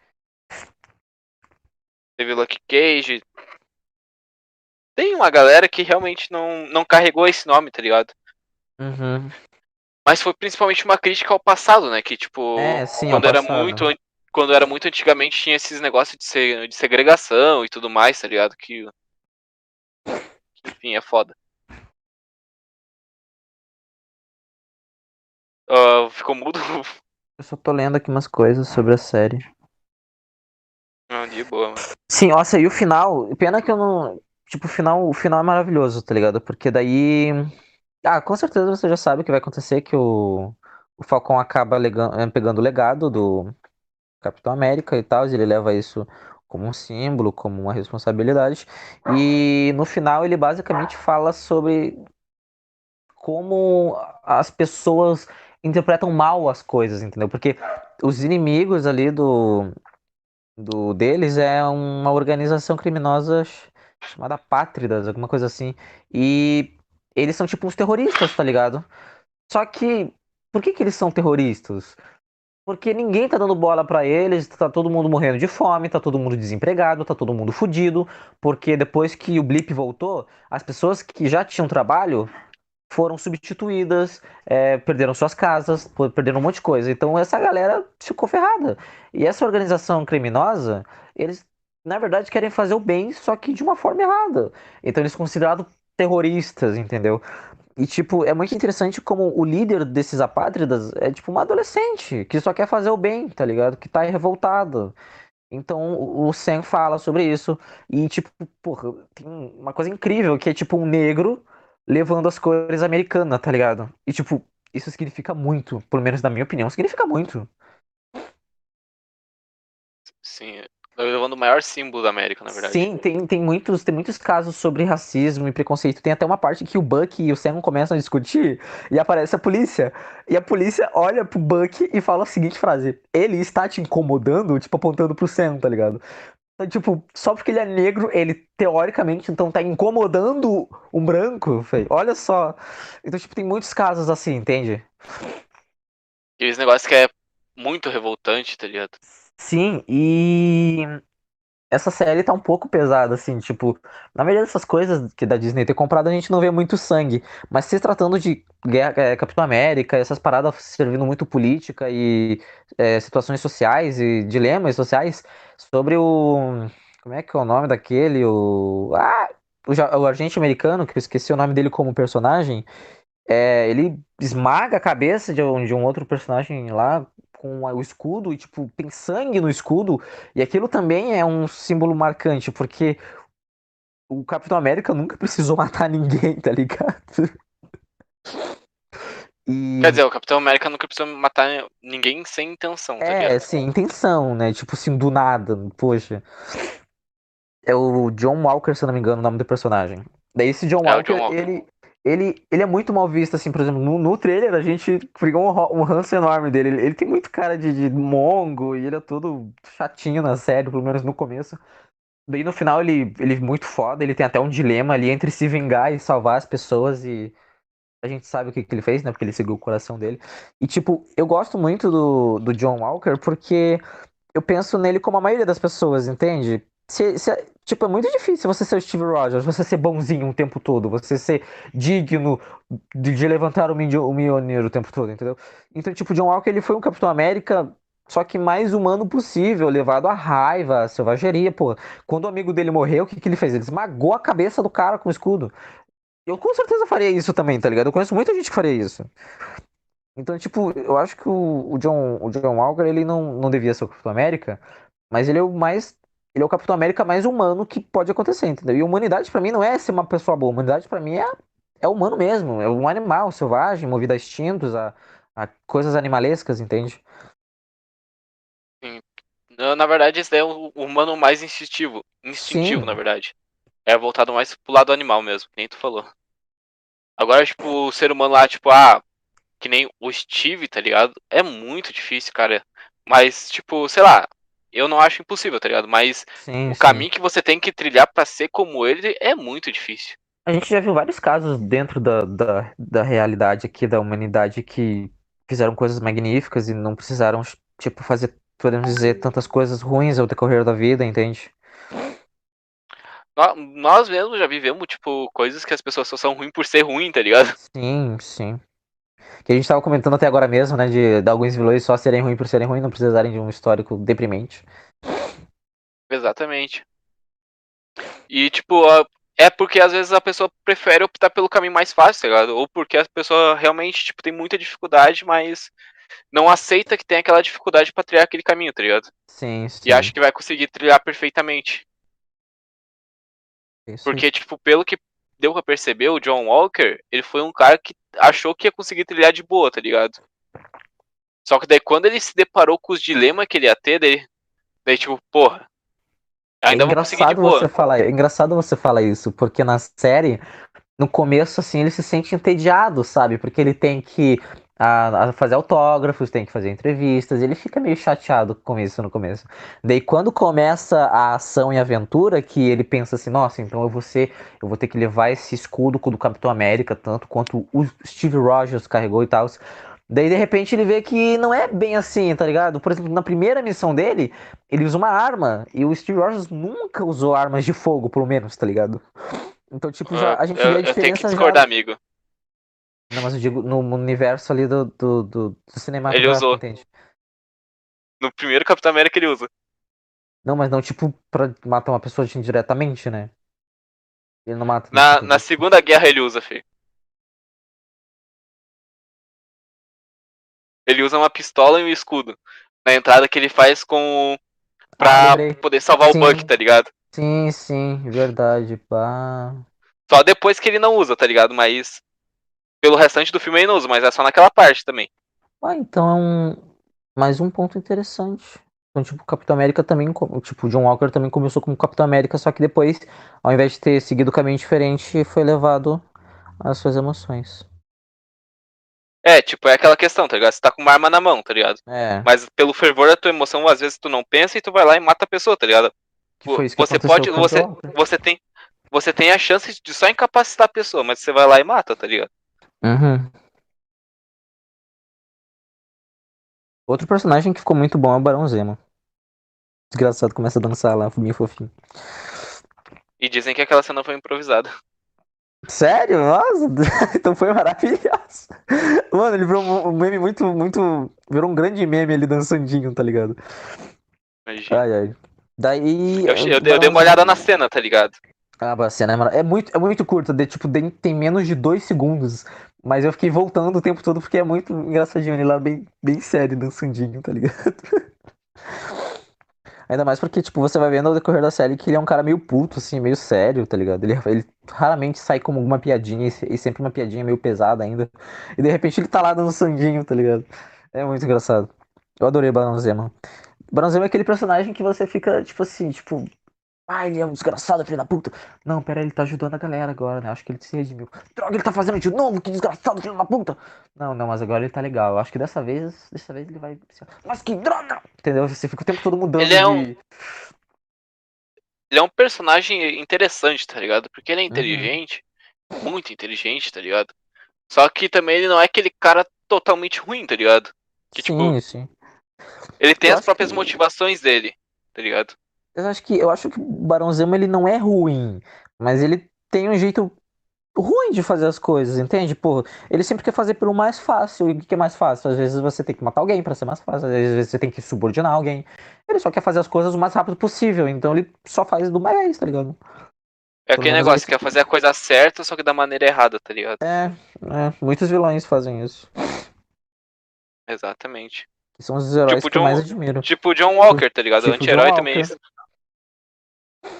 Teve Luke Cage. Tem uma galera que realmente não, não carregou esse nome, tá ligado? Uhum. Mas foi principalmente uma crítica ao passado, né? Que, tipo, É, sim, ao quando era passado. muito. an- Quando era muito antigamente tinha esses negócios de, se- de segregação e tudo mais, tá ligado? Que, que, enfim, é foda. Ah, ficou mudo? Eu só tô lendo aqui umas coisas sobre a série. Não, de boa, mano. Sim, nossa, e o final, pena que eu não, tipo, o final, o final é maravilhoso, tá ligado? Porque daí, ah, com certeza você já sabe o que vai acontecer, que o, o Falcão acaba lega- eh, pegando o legado do Capitão América e tal, e ele leva isso como um símbolo, como uma responsabilidade. E no final ele basicamente fala sobre como as pessoas interpretam mal as coisas, entendeu? Porque os inimigos ali do, do deles é uma organização criminosa ch- chamada Pátridas, alguma coisa assim. E eles são tipo uns terroristas, tá ligado? Só que por que que eles são terroristas? Porque ninguém tá dando bola pra eles, tá todo mundo morrendo de fome, tá todo mundo desempregado, tá todo mundo fudido, porque depois que o blip voltou, as pessoas que já tinham trabalho foram substituídas, é, perderam suas casas, pô, perderam um monte de coisa. Então essa galera ficou ferrada. E essa organização criminosa, eles na verdade querem fazer o bem, só que de uma forma errada. Então eles são considerados terroristas, entendeu? E, tipo, é muito interessante como o líder desses apátridas é, tipo, uma adolescente que só quer fazer o bem, tá ligado? Que tá revoltada. Então, o o Sam fala sobre isso. E, tipo, porra, tem uma coisa incrível que é, tipo, um negro levando as cores americanas, tá ligado? E, tipo, isso significa muito, pelo menos na minha opinião, significa muito. Sim. Tá levando o maior símbolo da América, na verdade. Sim, tem, tem muitos, tem muitos casos sobre racismo e preconceito. Tem até uma parte que o Buck e o Sam começam a discutir e aparece a polícia. E a polícia olha pro Buck e fala a seguinte frase: Ele está te incomodando? Tipo, apontando pro Sam, tá ligado? Então, tipo, só porque ele é negro, ele teoricamente então tá incomodando um branco, feio. Olha só. Então, tipo, tem muitos casos assim, entende? Aqueles negócios que é muito revoltante, tá ligado? Sim, e essa série tá um pouco pesada, assim, tipo, na maioria dessas coisas que da Disney ter comprado, a gente não vê muito sangue, mas se tratando de guerra, é, Capitão América, essas paradas servindo muito política e é, situações sociais e dilemas sociais sobre o, como é que é o nome daquele, o, ah, o, ja- o agente americano, que eu esqueci o nome dele como personagem, é, ele esmaga a cabeça de um, de um outro personagem lá com o escudo e, tipo, tem sangue no escudo. E aquilo também é um símbolo marcante, porque o Capitão América nunca precisou matar ninguém, tá ligado? Quer E dizer, o Capitão América nunca precisou matar ninguém sem intenção, tá é, ligado? assim, intenção, né? Tipo assim, do nada, poxa. É o John Walker, se eu não me engano, o nome do personagem. Daí esse John É o John Walker, Walker. ele, ele, ele é muito mal visto, assim, por exemplo, no, no trailer a gente pegou um, ro- um ranço enorme dele. Ele, ele tem muito cara de, de mongo e ele é todo chatinho na série, pelo menos no começo. Daí no final ele, ele é muito foda, ele tem até um dilema ali entre se vingar e salvar as pessoas e a gente sabe o que, que ele fez, né? Porque ele seguiu o coração dele. E tipo, eu gosto muito do, do John Walker porque eu penso nele como a maioria das pessoas, entende? Se, se- tipo, é muito difícil você ser o Steve Rogers, você ser bonzinho o tempo todo, você ser digno de, de levantar o milho- o Mjolnir o tempo todo, entendeu? Então, tipo, John Walker, ele foi um Capitão América, só que mais humano possível, levado à raiva, à selvageria, pô. Quando o amigo dele morreu, o que que ele fez? Ele esmagou a cabeça do cara com o escudo. Eu com certeza faria isso também, tá ligado? Eu conheço muita gente que faria isso. Então, tipo, eu acho que o, o John, o John Walker, ele não, não devia ser o Capitão América, mas ele é o mais. Ele é o Capitão América mais humano que pode acontecer, entendeu? E humanidade pra mim não é ser uma pessoa boa. Humanidade pra mim é, é humano mesmo. É um animal selvagem, movido a instintos, a, a coisas animalescas, entende? Sim. Na na verdade, esse daí é o o humano mais instintivo. Instintivo, na Sim, verdade. É voltado mais pro lado animal mesmo, que nem tu falou. Agora, tipo, o ser humano lá, tipo, ah, que nem o Steve, tá ligado? É muito difícil, cara. Mas, tipo, sei lá, eu não acho impossível, tá ligado? Mas sim, o sim. caminho que você tem que trilhar pra ser como ele é muito difícil. A gente já viu vários casos dentro da, da, da realidade aqui da humanidade que fizeram coisas magníficas e não precisaram, tipo, fazer, podemos dizer, tantas coisas ruins ao decorrer da vida, entende? Nó- Nós mesmos já vivemos, tipo, coisas que as pessoas só são ruins por ser ruim, tá ligado? Sim, sim. Que a gente tava comentando até agora mesmo, né, de, de alguns vilões só serem ruins por serem ruins, não precisarem de um histórico deprimente. Exatamente. E, tipo, a- é porque às vezes a pessoa prefere optar pelo caminho mais fácil, tá ligado? Ou porque a pessoa realmente, tipo, tem muita dificuldade, mas não aceita que tem aquela dificuldade pra trilhar aquele caminho, tá ligado? Sim, E acha sim. que vai conseguir trilhar perfeitamente. É isso aí. Porque, tipo, pelo que deu pra perceber, o John Walker, ele foi um cara que achou que ia conseguir trilhar de boa, tá ligado? Só que daí quando ele se deparou com os dilemas que ele ia ter, daí, daí tipo, porra, É ainda vou conseguir de engraçado boa. você falar, é engraçado você falar isso, porque na série no começo, assim, ele se sente entediado, sabe? Porque ele tem que a, a fazer autógrafos, tem que fazer entrevistas, ele fica meio chateado com isso no começo. Daí, quando começa a ação e aventura, que ele pensa assim, nossa, então eu vou ser, eu vou ter que levar esse escudo do Capitão América, tanto quanto o Steve Rogers carregou e tal. Daí, de repente, ele vê que não é bem assim, tá ligado? Por exemplo, na primeira missão dele, ele usa uma arma, e o Steve Rogers nunca usou armas de fogo, pelo menos, tá ligado? Então, tipo, já, Uh, a gente vê eu, a eu tenho que diferença já. discordar, amigo. Não, mas eu digo no universo ali do, do, do, do Ele cinematográfico, usou. entende? No primeiro Capitão América ele usa. Não, mas não, tipo, pra matar uma pessoa assim, diretamente, né? Ele não mata no Na, ponto de na vista. Segunda Guerra ele usa, filho. Ele usa uma pistola e um escudo. Na entrada que ele faz com. Ah, Pra lembrei. poder salvar o Buck, Sim, tá ligado? sim, sim, verdade, pá. Só depois que ele não usa, tá ligado? Mas pelo restante do filme ele não usa, mas é só naquela parte também. Ah, então é um. Mais um ponto interessante. Então, tipo, o Capitão América também. co- Tipo, o John Walker também começou como Capitão América, só que depois, ao invés de ter seguido o caminho diferente, foi levado às suas emoções. É, tipo, é aquela questão, tá ligado? Você tá com uma arma na mão, tá ligado? É, Mas pelo fervor da tua emoção, às vezes tu não pensa e tu vai lá e mata a pessoa, tá ligado? que foi isso que Você aconteceu pode, com o John você, Walker. você tem, você tem a chance de só incapacitar a pessoa, mas você vai lá e mata, tá ligado? Uhum. Outro personagem que ficou muito bom é o Barão Zemo. Desgraçado, começa a dançar lá, bem fofinho. E dizem que aquela cena foi improvisada. Sério? Nossa, então foi maravilhoso. Mano, ele virou um um meme muito, muito. Virou um grande meme ali dançandinho, tá ligado? Imagina. Ai, ai. Daí, Eu, eh, eu, eu dei Barão uma Zemo. olhada na cena, tá ligado? Ah, a cena é, mara- é muito, é muito curta, de, tipo, tem, tem menos de dois segundos. Mas eu fiquei voltando o tempo todo porque é muito engraçadinho ele lá, bem, bem sério, dançandinho, tá ligado? Ainda mais porque, tipo, você vai vendo ao decorrer da série que ele é um cara meio puto, assim, meio sério, tá ligado? Ele, ele raramente sai como alguma piadinha e, se- e sempre uma piadinha meio pesada ainda. E de repente ele tá lá dando sanguinho, tá ligado? É muito engraçado. Eu adorei Barão Zemo. Barão Zemo é aquele personagem que você fica, tipo assim, tipo, ah, ele é um desgraçado, filho da puta. Não, pera, ele tá ajudando a galera agora, né? Acho que ele se redimiu. Droga, ele tá fazendo de novo, que desgraçado, filho da puta. Não, não, mas agora ele tá legal. Eu acho que dessa vez, dessa vez ele vai. Mas que droga! Entendeu? Você fica o tempo todo Ele mudando é um, de. ele é um personagem interessante, tá ligado? Porque ele é Uhum. inteligente, muito inteligente, tá ligado? Só que também ele não é aquele cara totalmente ruim, tá ligado? Que tipo, Sim, sim. ele tem Eu as acho próprias que. motivações dele, tá ligado? Eu acho que. Eu acho que o Barão Zemo ele não é ruim. Mas ele tem um jeito ruim de fazer as coisas, entende? Pô, ele sempre quer fazer pelo mais fácil. E o que é mais fácil? Às vezes você tem que matar alguém pra ser mais fácil, às vezes você tem que subordinar alguém. Ele só quer fazer as coisas o mais rápido possível, então ele só faz do mais, tá ligado? É Pelo aquele menos é negócio, isso quer que. fazer a coisa certa, só que da maneira errada, tá ligado? É, é, muitos vilões fazem isso. Exatamente. Que são os heróis Tipo que eu mais John, admiro. tipo John Walker, tá ligado? Tipo John Anti-herói também é Walker. isso.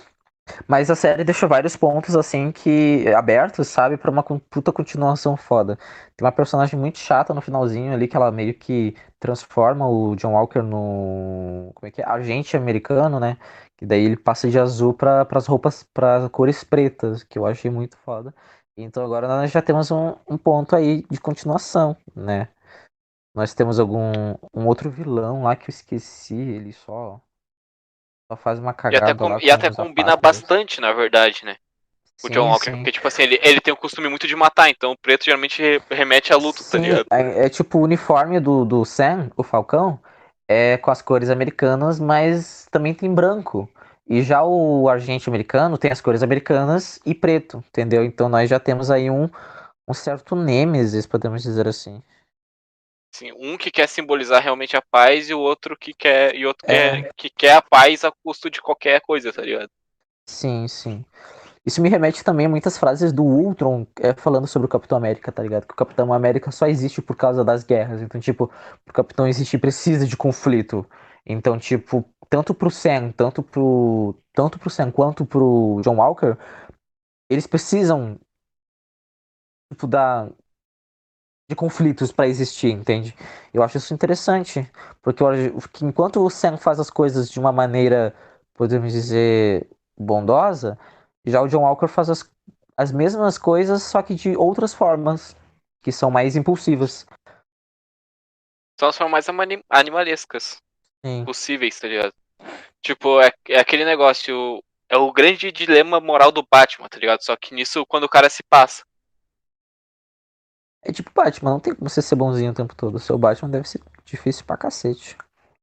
Mas a série deixa vários pontos, assim, que abertos, sabe, pra uma con- puta continuação foda. Tem uma personagem muito chata no finalzinho ali, que ela meio que transforma o John Walker no. Como é que é? Agente americano, né? Que daí ele passa de azul para as roupas, para cores pretas, que eu achei muito foda. Então agora nós já temos um, um ponto aí de continuação, né? Nós temos algum um outro vilão lá que eu esqueci, ele só, só faz uma E até, cagada com, lá e com até os combina apátridas. bastante, na verdade, né? O John Sim, Walker. sim. Porque, tipo assim, ele, ele tem o costume muito de matar, então o preto geralmente re- remete a luto, tá Sim, ligado? é, é tipo o uniforme do, do Sam, o Falcão, é com as cores americanas, mas também tem branco. E já o agente americano tem as cores americanas e preto, entendeu? Então nós já temos aí um, um certo nêmesis, podemos dizer assim. Assim, um que quer simbolizar realmente a paz e o outro que quer. E outro quer, É, que quer a paz a custo de qualquer coisa, tá ligado? sim, sim. Isso me remete também a muitas frases do Ultron é, falando sobre o Capitão América, tá ligado? Que o Capitão América só existe por causa das guerras. Então, tipo, pro Capitão existir precisa de conflito. Então, tipo, tanto pro Sam, tanto pro, tanto pro Sam quanto pro John Walker, eles precisam, tipo, da, de conflitos pra existir, entende? Eu acho isso interessante, porque eu acho que enquanto o Sam faz as coisas de uma maneira, podemos dizer, bondosa, já o John Walker faz as, as mesmas coisas, só que de outras formas, que são mais impulsivas. São as formas mais amani- animalescas Sim. possíveis, tá ligado? Tipo, é, é aquele negócio. É o grande dilema moral do Batman, tá ligado? Só que nisso, quando o cara se passa. É tipo Batman, não tem como você ser bonzinho o tempo todo. O seu Batman deve ser difícil pra cacete.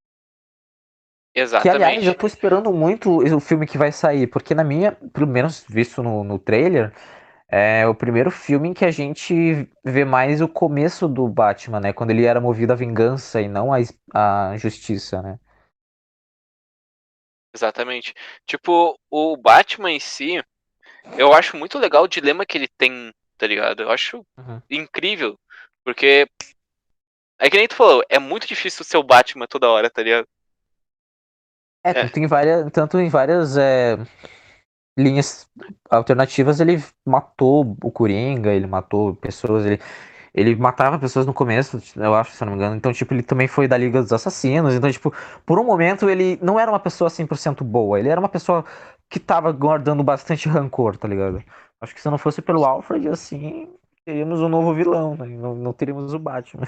Que, aliás, eu Exatamente. tô esperando muito o filme que vai sair, porque na minha, pelo menos visto no, no trailer, é o primeiro filme em que a gente vê mais o começo do Batman, né? Quando ele era movido à vingança e não à, es- à justiça, né? Exatamente. Tipo, o Batman em si, eu acho muito legal o dilema que ele tem, tá ligado? Eu acho Uhum. incrível. Porque, é que nem tu falou, é muito difícil ser o Batman toda hora, tá ligado? É, É, tanto em várias, tanto em várias é, linhas alternativas ele matou o Coringa, ele matou pessoas, ele, ele matava pessoas no começo, eu acho, se eu não me engano. Então, tipo, ele também foi da Liga dos Assassinos. Então, tipo, por um momento ele não era uma pessoa cem por cento boa, ele era uma pessoa que tava guardando bastante rancor, tá ligado? Acho que se não fosse pelo Alfred, assim, teríamos um novo vilão, né? Não, não teríamos o Batman.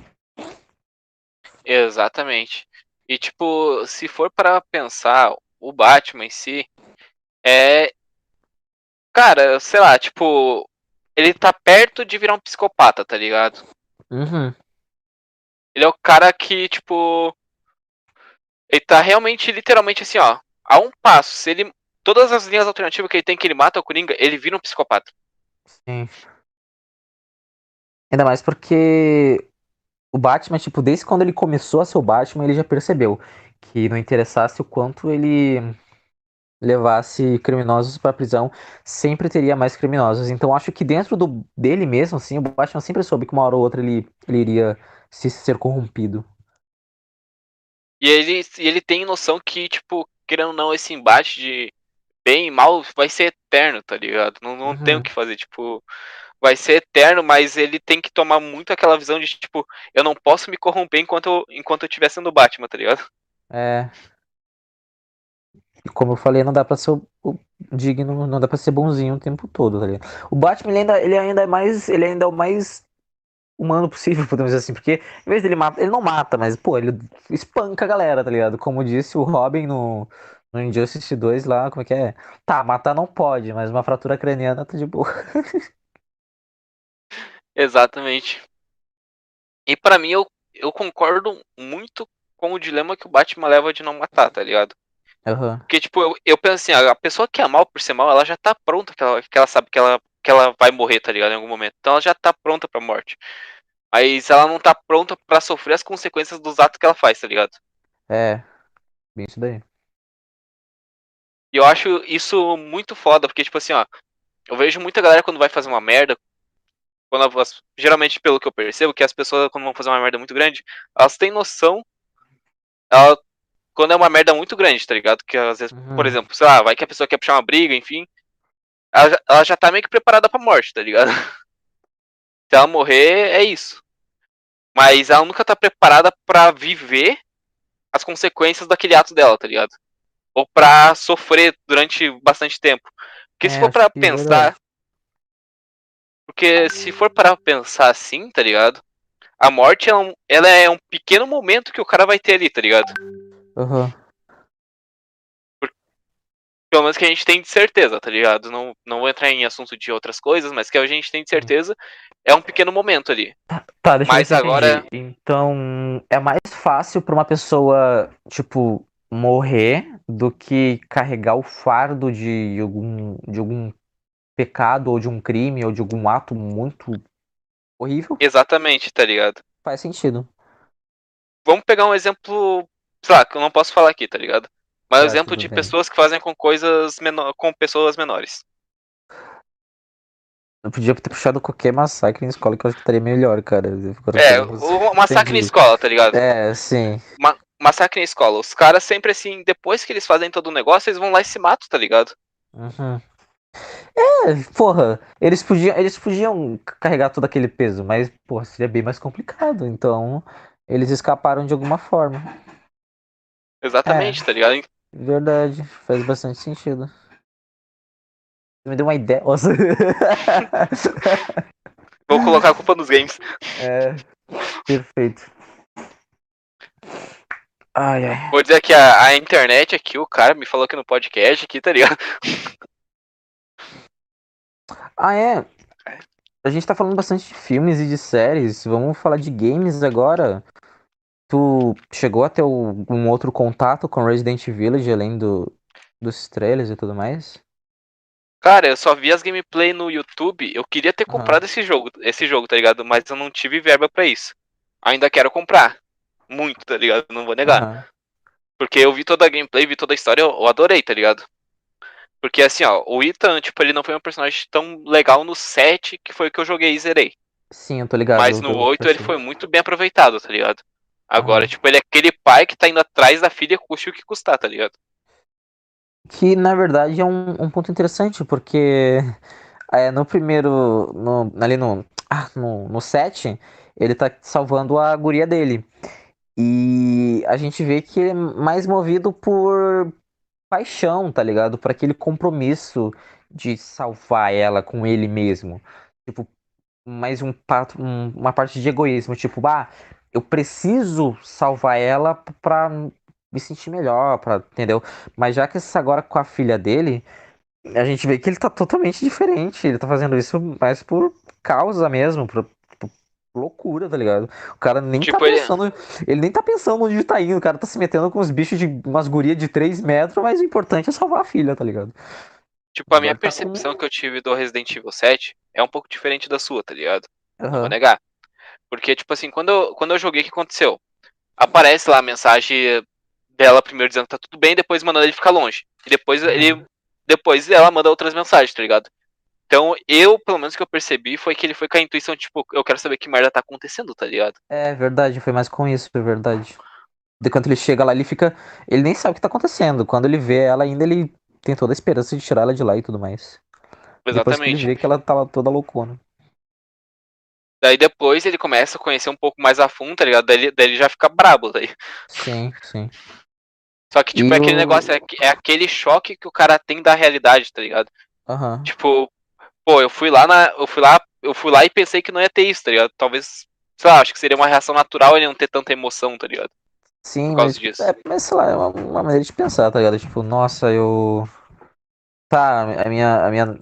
exatamente. E, tipo, se for para pensar, o Batman em si é. Cara, sei lá, tipo. Ele tá perto de virar um psicopata, tá ligado? Uhum. Ele é o cara que, tipo. Ele tá realmente, literalmente assim, ó. A um passo. Se ele. Todas as linhas alternativas que ele tem que ele mata o Coringa, ele vira um psicopata. Sim. Ainda mais porque o Batman, tipo, desde quando ele começou a ser o Batman, ele já percebeu que não interessasse o quanto ele levasse criminosos pra prisão, sempre teria mais criminosos. Então acho que dentro do, dele mesmo, assim, o Batman sempre soube que uma hora ou outra ele, ele iria se ser corrompido. E ele, e ele tem noção que, tipo, querendo ou não, esse embate de bem e mal vai ser eterno, tá ligado? Não, não tem o Uhum. que fazer, tipo, vai ser eterno, mas ele tem que tomar muito aquela visão de, tipo, eu não posso me corromper enquanto eu, enquanto eu estiver sendo Batman, tá ligado? É, e como eu falei, não dá pra ser o, o digno, não dá pra ser bonzinho o tempo todo, tá ligado? O Batman, ele ainda, ele ainda é mais, ele ainda é o mais humano possível, podemos dizer assim, porque em vez dele mata, ele não mata, mas, pô, ele espanca a galera, tá ligado? Como disse o Robin no, no Injustice dois lá, como é que é? Tá, matar não pode, mas uma fratura craniana tá de boa. Exatamente. E pra mim, eu, eu concordo muito com o dilema que o Batman leva de não matar, tá ligado? Aham. Porque, tipo, eu, eu penso assim, a pessoa que é mal por ser mal, ela já tá pronta, que ela, que ela sabe que ela, que ela vai morrer, tá ligado? Em algum momento. Então ela já tá pronta pra morte. Mas ela não tá pronta pra sofrer as consequências dos atos que ela faz, tá ligado? É, bem isso daí. E eu acho isso muito foda, porque, tipo assim, ó, eu vejo muita galera quando vai fazer uma merda, quando elas, geralmente pelo que eu percebo, que as pessoas quando vão fazer uma merda muito grande, elas têm noção, ela, quando é uma merda muito grande, tá ligado? Que às vezes, Uhum. por exemplo, sei lá, vai que a pessoa quer puxar uma briga, enfim. Ela já, ela já tá meio que preparada pra morte, tá ligado? Se ela morrer, é isso. Mas ela nunca tá preparada pra viver as consequências daquele ato dela, tá ligado? Ou pra sofrer durante bastante tempo. Porque se É, for acho pra que é verdade. pensar. Porque se for para pensar assim, tá ligado? A morte é um, ela é um pequeno momento que o cara vai ter ali, tá ligado? Uhum. Pelo menos que a gente tem de certeza, tá ligado? Não, não vou entrar em assunto de outras coisas, mas que a gente tem de certeza é um pequeno momento ali. Tá, deixa eu ver Mas se eu agora, entendi. Então, é mais fácil pra uma pessoa, tipo, morrer do que carregar o fardo de algum, de algum pecado ou de um crime ou de algum ato muito horrível? exatamente, tá ligado? Faz sentido. Vamos pegar um exemplo, sei lá, que eu não posso falar aqui, tá ligado? Mas um Tá, exemplo tudo de bem. pessoas que fazem com coisas menor, com pessoas menores. Eu podia ter puxado qualquer massacre em escola que eu acho que estaria melhor, cara. Agora É, falando assim. o massacre na Entendi. escola, tá ligado? É, sim. Ma massacre na escola. Os caras sempre assim, depois que eles fazem todo o negócio, eles vão lá e se matam, tá ligado? Uhum. É, porra, eles podiam, eles podiam carregar todo aquele peso, mas, porra, seria bem mais complicado. Então, eles escaparam de alguma forma. É, Exatamente, tá ligado? verdade. Faz bastante sentido. Me deu uma ideia. Nossa. Vou colocar a culpa nos games. É, perfeito. Ai, ai. Vou dizer que a, a internet aqui, o cara me falou aqui no podcast aqui, tá ligado? Ah, é. A gente tá falando bastante de filmes e de séries. Vamos falar de games agora. Tu chegou a ter algum outro contato com Resident Village, além do, dos trailers e tudo mais? Cara, eu só vi as gameplay no YouTube. Eu queria ter Aham. comprado esse jogo, esse jogo, tá ligado? Mas eu não tive verba pra isso. Ainda quero comprar. Muito, tá ligado? Não vou negar. Aham. Porque eu vi toda a gameplay, vi toda a história, eu, eu adorei, tá ligado? Porque assim, ó, o Ethan, tipo, ele não foi um personagem tão legal no sete, que foi o que eu joguei e zerei. Sim, eu tô ligado, Mas eu, no eu oito ele percebi. foi muito bem aproveitado, tá ligado? Agora, Aham. tipo, ele é aquele pai que tá indo atrás da filha, custe o que custar, tá ligado? Que na verdade é um, um ponto interessante, porque é, no primeiro. No, ali no, ah, no, no set, ele tá salvando a guria dele. E a gente vê que ele é mais movido por paixão, tá ligado? Por aquele compromisso de salvar ela com ele mesmo. Tipo, mais um, pato- um- uma parte de egoísmo, tipo, ah, eu preciso salvar ela pra me sentir melhor, pra, entendeu? Mas já que isso agora com a filha dele, a gente vê que ele tá totalmente diferente. Ele tá fazendo isso mais por causa mesmo, por, por loucura, tá ligado? O cara nem tá Tipo, ele. pensando, ele nem tá pensando onde tá indo, o cara tá se metendo com os bichos de umas gurias de três metros, mas o importante é salvar a filha, tá ligado? Tipo, E a agora minha ele tá percepção com. que eu tive do Resident Evil sete é um pouco diferente da sua, tá ligado? Não vou Aham. negar. Porque, tipo assim, quando eu, quando eu joguei, o que aconteceu? Aparece lá a mensagem dela primeiro dizendo que tá tudo bem, depois mandando ele ficar longe. E depois ele. Aham. Depois ela manda outras mensagens, tá ligado? Então, eu, pelo menos o que eu percebi foi que ele foi com a intuição, tipo, eu quero saber que merda tá acontecendo, tá ligado? É verdade, foi mais com isso, é verdade. De quando ele chega lá, ele fica. Ele nem sabe o que tá acontecendo. Quando ele vê ela ainda, ele tem toda a esperança de tirar ela de lá e tudo mais. Depois que ele Exatamente. vê que ela tava toda loucona. Daí depois ele começa a conhecer um pouco mais a fundo, tá ligado? Daí, ele- daí ele já fica brabo, daí. Sim, sim. Só que, tipo, é E aquele o. negócio, é, é aquele choque que o cara tem da realidade, tá ligado? Aham. Tipo, pô, eu fui lá na. Eu fui lá, eu fui lá e pensei que não ia ter isso, tá ligado? Talvez, sei lá, acho que seria uma reação natural ele não ter tanta emoção, tá ligado? Por Sim, causa mas, disso. é, mas sei lá, é uma, uma maneira de pensar, tá ligado? Tipo, nossa, eu. Tá, a minha, a minha.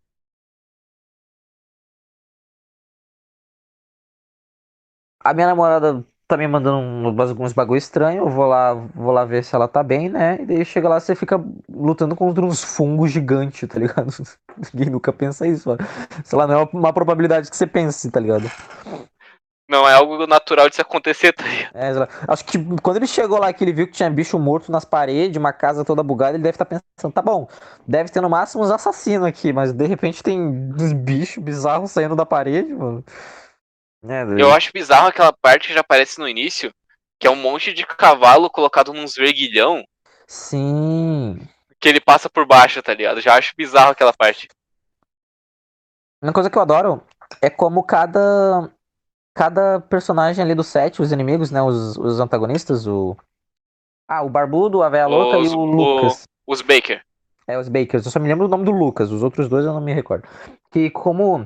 A minha namorada tá me mandando um- alguns bagulho estranho, eu vou lá, vou lá ver se ela tá bem, né? E daí chega lá, você fica lutando contra uns fungos gigantes, tá ligado? Ninguém nunca pensa isso, mano. Sei lá, não é uma, uma probabilidade que você pense, tá ligado? Não é algo natural de se acontecer, tá ligado? É, sei lá. Acho que quando ele chegou lá, que ele viu que tinha bicho morto nas paredes, uma casa toda bugada, ele deve estar pensando, tá bom, deve ter no máximo uns assassinos aqui, mas de repente tem uns bichos bizarros saindo da parede, mano. É, Eu daí. acho bizarro aquela parte que já aparece no início, Que é um monte de cavalo colocado num verguilhão Sim. que ele passa por baixo, tá ligado? Já acho bizarro aquela parte. Uma coisa que eu adoro é como cada cada personagem ali do set, os inimigos, né, os, os antagonistas, o ah, o Barbudo, a Véia Louca e Os, o o, Lucas. os Baker. É, os Bakers. Eu só me lembro o nome do Lucas, os outros dois eu não me recordo. Que como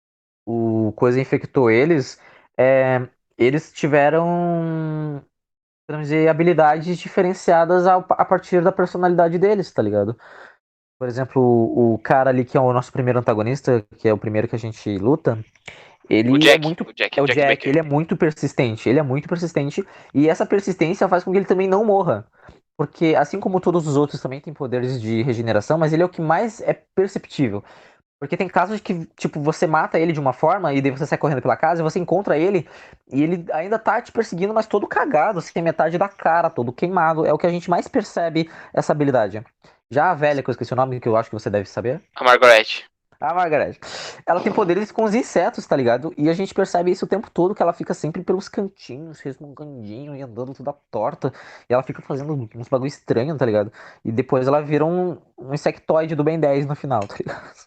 o coisa infectou eles, é, eles tiveram, podemos dizer, habilidades diferenciadas a, a partir da personalidade deles, tá ligado? Por exemplo, o, o cara ali que é o nosso primeiro antagonista, que é o primeiro que a gente luta, O ele é Jack. muito. O Jack. É o Jack Jack, Baker. ele é muito persistente. Ele é muito persistente. E essa persistência faz com que ele também não morra. Porque, assim como todos os outros também têm poderes de regeneração, mas ele é o que mais é perceptível. Porque tem casos que, tipo, você mata ele de uma forma e daí você sai correndo pela casa e você encontra ele e ele ainda tá te perseguindo, mas todo cagado, assim, tem metade da cara, todo queimado. É o que a gente mais percebe essa habilidade. Já a velha, que eu esqueci o nome, que eu acho que você deve saber. A Margaret. A Margaret. Ela tem poderes com os insetos, tá ligado? E a gente percebe isso o tempo todo, que ela fica sempre pelos cantinhos, resmungandinho e andando toda torta. E ela fica fazendo uns bagulho estranho, tá ligado? E depois ela vira um, um insectoide do Ben dez no final, tá ligado?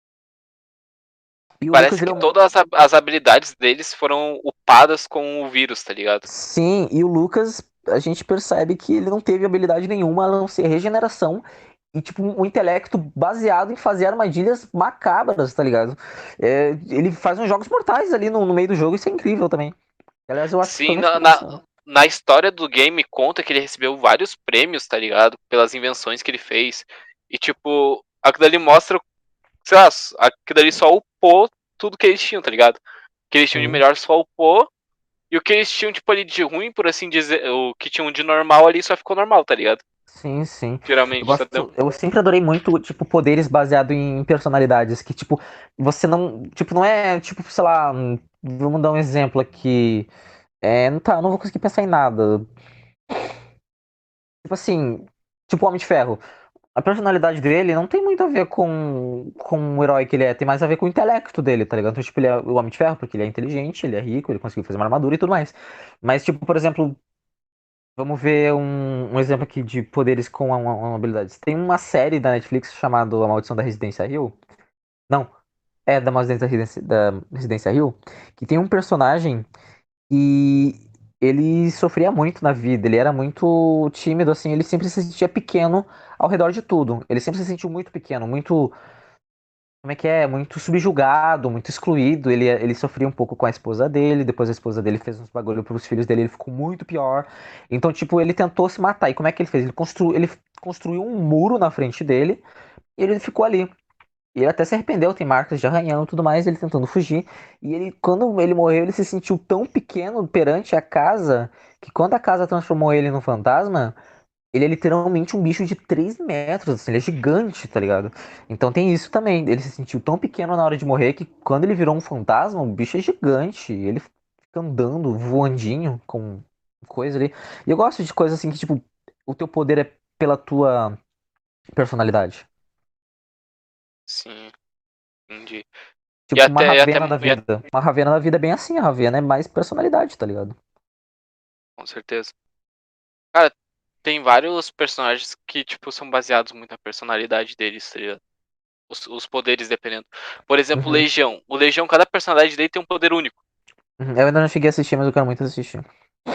E o Lucas, Parece ele que é um... todas as, as habilidades deles foram upadas com o vírus, tá ligado? Sim, e o Lucas, a gente percebe que ele não teve habilidade nenhuma a não ser regeneração e, tipo, um intelecto baseado em fazer armadilhas macabras, tá ligado? É, ele faz uns jogos mortais ali no, no meio do jogo, isso é incrível também. Aliás, eu acho Sim, totalmente na, engraçado. na, na história do game conta que ele recebeu vários prêmios, tá ligado? Pelas invenções que ele fez. E, tipo, aquilo ali mostra, sei lá, aquilo ali só upou tudo que eles tinham, tá ligado? O que eles tinham de Sim, melhor só upou. E o que eles tinham, tipo, ali de ruim, por assim dizer, o que tinham de normal ali só ficou normal, tá ligado? sim, sim. Eu Geralmente, entendeu? gosto, eu sempre adorei muito, tipo, poderes baseados em personalidades, que, tipo, você não, tipo, não é, tipo, sei lá, hum, vamos dar um exemplo aqui. É, não tá, eu não vou conseguir pensar em nada. Tipo assim, tipo o Homem de Ferro. A personalidade dele não tem muito a ver com, com o herói que ele é, tem mais a ver com o intelecto dele, tá ligado? Então, tipo, ele é o Homem de Ferro porque ele é inteligente, ele é rico, ele conseguiu fazer uma armadura e tudo mais. Mas, tipo, por exemplo, vamos ver um, um exemplo aqui de poderes com uma, uma habilidade. Tem uma série da Netflix chamada A Maldição da Residência Hill. Não, é da Maldição da Residência, da Residência Hill, que tem um personagem e ele sofria muito na vida, ele era muito tímido, assim, ele sempre se sentia pequeno ao redor de tudo. Ele sempre se sentiu muito pequeno, muito, como é que é? Muito subjugado, muito excluído. Ele, ele sofria um pouco com a esposa dele, depois a esposa dele fez uns bagulho pros filhos dele, ele ficou muito pior. Então, tipo, ele tentou se matar. E como é que ele fez? Ele, constru, ele construiu um muro na frente dele e ele ficou ali. E ele até se arrependeu, tem marcas de arranhão e tudo mais, ele tentando fugir. E ele, quando ele morreu, ele se sentiu tão pequeno perante a casa, que quando a casa transformou ele num fantasma, ele é literalmente um bicho de três metros, assim, ele é gigante, tá ligado? Então tem isso também, ele se sentiu tão pequeno na hora de morrer, que quando ele virou um fantasma, o bicho é gigante, ele fica andando, voandinho, com coisa ali. E eu gosto de coisas assim que, tipo, o teu poder é pela tua personalidade. Sim, entendi. E Tipo uma até, e até, Ravena da e até vida. Uma Ravena da vida é bem assim, a Ravena é mais personalidade, tá ligado? com certeza. Cara, tem vários personagens que, tipo, são baseados muito na personalidade deles, tá ligado? Os, os poderes dependendo. Por exemplo, o Uhum. Legião. O Legião, cada personalidade dele tem um poder único. Uhum. Eu ainda não cheguei a assistir, mas eu quero muito assistir.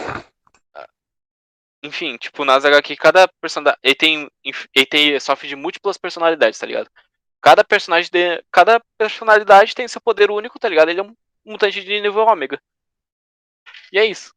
Enfim, tipo, nas H Q, cada personagem. Ele tem. Ele tem. Sofre de múltiplas personalidades, tá ligado? Cada personagem de, cada personalidade tem seu poder único, tá ligado? Ele é um mutante de nível ômega. E é isso.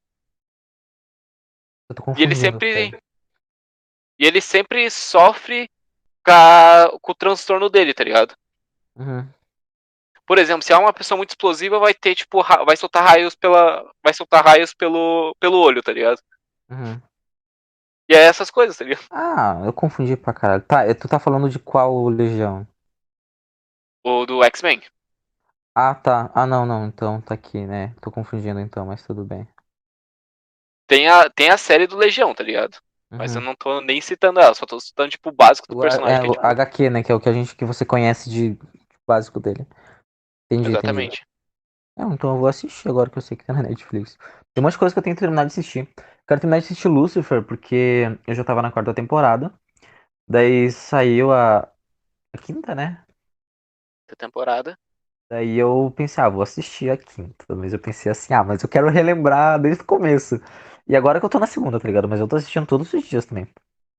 Eu tô E ele confundindo, sempre. velho. E ele sempre sofre com, a, com o transtorno dele, tá ligado? Uhum. Por exemplo, se é uma pessoa muito explosiva, vai ter, tipo, ra- vai soltar raios pela. Vai soltar raios pelo, pelo olho, tá ligado? Uhum. E é essas coisas, tá ligado? Ah, eu confundi pra caralho. Tá, e tu tá falando de qual Legião? O do X-Men. Ah, tá. Ah, não, não. Então tá aqui, né? Tô confundindo então, mas tudo bem. Tem a, tem a série do Legião, tá ligado? Mas eu Uhum. não tô nem citando ela, só tô citando, tipo, o básico do O, A- personagem, é, que é, o tipo, H Q, né? Que é o que a gente que você conhece de básico dele. Entendi, entendi. exatamente. É, então eu vou assistir agora que eu sei que tá na Netflix. Tem um monte de coisa que eu tenho que terminar de assistir. Quero terminar de assistir Lucifer, porque eu já tava na quarta temporada. Daí saiu a, a quinta, né? Da temporada. Daí eu pensei, ah, vou assistir a quinta. Mas eu pensei assim, ah, mas eu quero relembrar desde o começo. E agora que eu tô na segunda, tá ligado? Mas eu tô assistindo todos os dias também.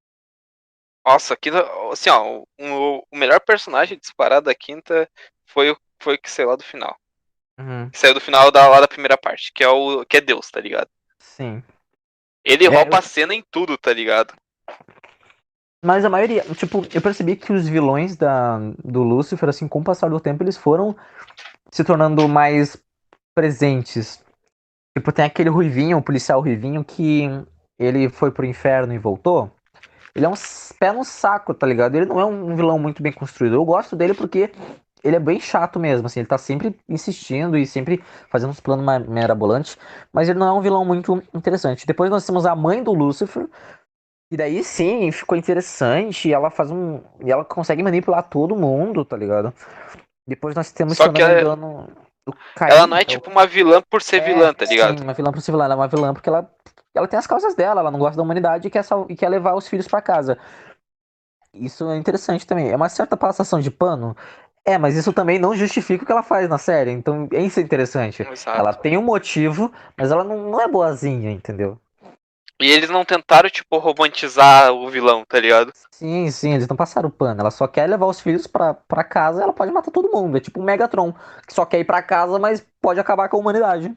Nossa, aqui, assim, ó, o, o melhor personagem disparado da quinta foi o, foi o que saiu lá do final. Uhum, Que saiu do final da, lá da primeira parte, que é o que é Deus, tá ligado? sim. Ele É, rouba eu- a cena em tudo, tá ligado? mas a maioria, tipo, eu percebi que os vilões da, do Lucifer, assim, com o passar do tempo, eles foram se tornando mais presentes. Tipo, tem aquele Ruivinho, o policial Ruivinho, que ele foi pro inferno e voltou. Ele é um s- pé no saco, tá ligado? Ele não é um vilão muito bem construído. Eu gosto dele porque ele é bem chato mesmo, assim. Ele tá sempre insistindo e sempre fazendo uns planos ma- mirabolantes. Mas ele não é um vilão muito interessante. Depois nós temos a mãe do Lúcifer. E daí sim, ficou interessante. E ela faz um. E ela consegue manipular todo mundo, tá ligado? Depois nós temos, se Só eu não que me ela, engano, o ela não Caim. é É, o- tipo uma vilã por ser é, vilã, tá sim, ligado? uma vilã por ser vilã. Ela é uma vilã porque ela, ela tem as causas dela. Ela não gosta da humanidade e quer, sal- e quer levar os filhos pra casa. Isso é interessante também. É uma certa passação de pano. É, mas isso também não justifica o que ela faz na série. Então, isso é interessante. Ela Exato. tem um motivo, mas ela não, não é boazinha, entendeu? E eles não tentaram, tipo, romantizar o vilão, tá ligado? Sim, sim, eles não passaram o pano. Ela só quer levar os filhos pra, pra casa e ela pode matar todo mundo. É tipo o Megatron, que só quer ir pra casa, mas pode acabar com a humanidade.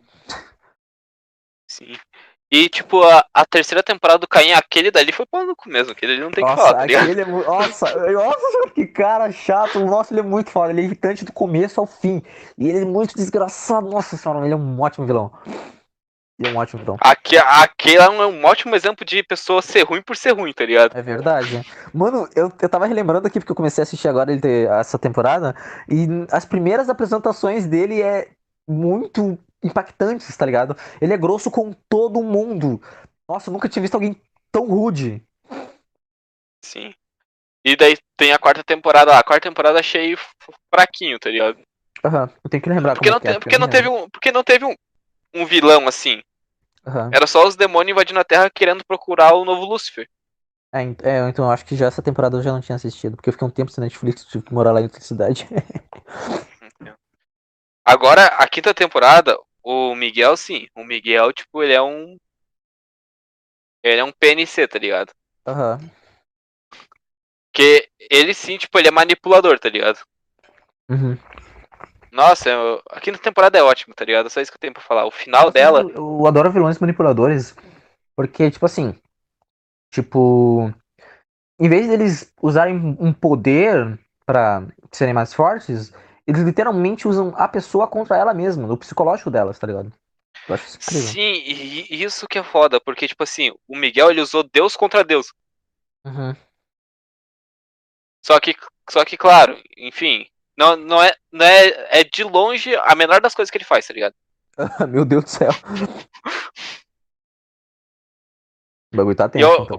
Sim. E, tipo, a, a terceira temporada do Caim, aquele dali foi pau no cu mesmo, aquele ali não tem o que falar, Nossa, tá ligado? aquele é muito. Nossa, nossa, que cara chato. Nossa, ele é muito foda. Ele é irritante do começo ao fim. E ele é muito desgraçado. Nossa senhora, ele é um ótimo vilão. Ele é um ótimo vilão. Aque, aquele é um, é um ótimo exemplo de pessoa ser ruim por ser ruim, tá ligado? É verdade. Mano, eu, eu tava relembrando aqui porque eu comecei a assistir agora ele ter essa temporada e as primeiras apresentações dele é muito impactantes, tá ligado? Ele é grosso com todo mundo. Nossa, eu nunca tinha visto alguém tão rude. Sim. E daí tem a quarta temporada lá. A quarta temporada achei fraquinho, tá ligado? Aham, eu tenho que lembrar Porque como é não, que é, te, porque eu porque nem não teve lembro. um, porque não teve um, um vilão assim. Aham. Era só os demônios invadindo a Terra querendo procurar o novo Lúcifer. É, ent- é, então eu acho que já essa temporada eu já não tinha assistido, porque eu fiquei um tempo sem Netflix, tive que morar lá em outra cidade. Agora, a quinta temporada, o Miguel, sim. O Miguel, tipo, ele é um. Ele é um P N C, tá ligado? Aham. Porque ele sim, tipo, ele é manipulador, tá ligado? Uhum. Nossa, eu- a quinta temporada é ótima, tá ligado? É só isso que eu tenho pra falar. O Eu final gosto de, dela, eu adoro vilões manipuladores, porque, tipo assim, tipo. Em vez deles usarem um poder pra serem mais fortes, eles literalmente usam a pessoa contra ela mesma, no psicológico delas, tá ligado? Eu acho isso incrível. sim, e e isso que é foda, porque, tipo assim, o Miguel ele usou Deus contra Deus. Uhum. Só que, só que claro, enfim, não, não, é, não é, é de longe a menor das coisas que ele faz, tá ligado? Meu Deus do céu. O bagulho tá E tenso, eu, então.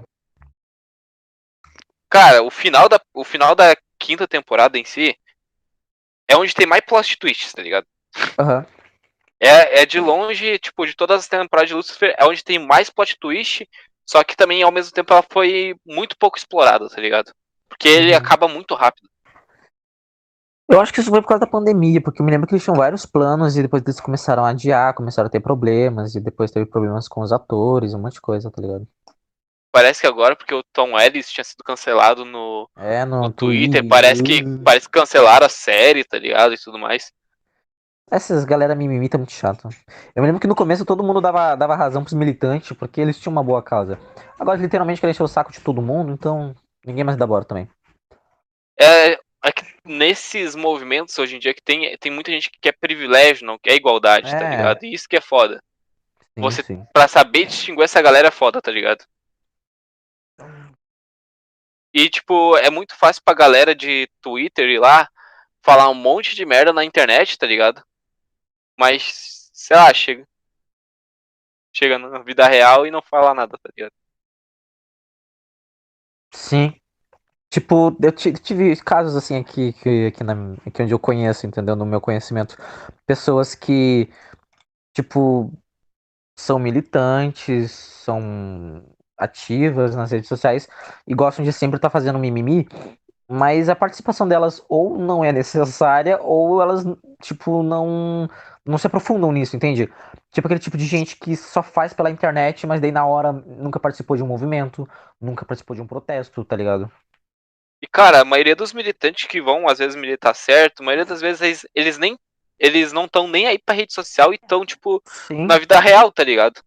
cara, o final da, o final da quinta temporada em si é onde tem mais plot twists, tá ligado? Aham. É, é de longe, tipo, de todas as temporadas de Lucifer, é onde tem mais plot twist, só que também, ao mesmo tempo, ela foi muito pouco explorada, tá ligado? Porque ele Uhum. acaba muito rápido. Eu acho que isso foi por causa da pandemia, porque eu me lembro que eles tinham vários planos e depois eles começaram a adiar, começaram a ter problemas, e depois teve problemas com os atores, um monte de coisa, tá ligado? Parece que agora, porque o Tom Ellis tinha sido cancelado no, É, no no Twitter, Twitter. parece que, parece que cancelaram a série, tá ligado? E tudo mais. Essas galera mimimi tá muito chato. Eu me lembro que no começo todo mundo dava, dava razão pros militantes, porque eles tinham uma boa causa. Agora, literalmente, querem encher o saco de todo mundo, então ninguém mais dá bora também. É, é que nesses movimentos hoje em dia que tem, tem muita gente que quer privilégio, não quer igualdade, tá É, ligado? E isso que é foda. sim, Você, sim. pra saber distinguir essa galera é foda, tá ligado? E, tipo, é muito fácil pra galera de Twitter ir lá falar um monte de merda na internet, tá ligado? Mas, sei lá, chega, chega na vida real e não fala nada, tá ligado? Sim. Tipo, eu ti- tive casos assim aqui, que, aqui, na, aqui onde eu conheço, entendeu? No meu conhecimento. Pessoas que, tipo, são militantes, são ativas nas redes sociais e gostam de sempre estar fazendo mimimi, mas a participação delas ou não é necessária ou elas, tipo, não não se aprofundam nisso, entende? Tipo aquele tipo de gente que só faz pela internet, mas daí na hora nunca participou de um movimento, nunca participou de um protesto, tá ligado? E, cara, a maioria dos militantes que vão, às vezes, militar certo, a maioria das vezes eles, eles nem. Eles não estão nem aí pra rede social e estão, tipo, Sim, na vida real, tá ligado?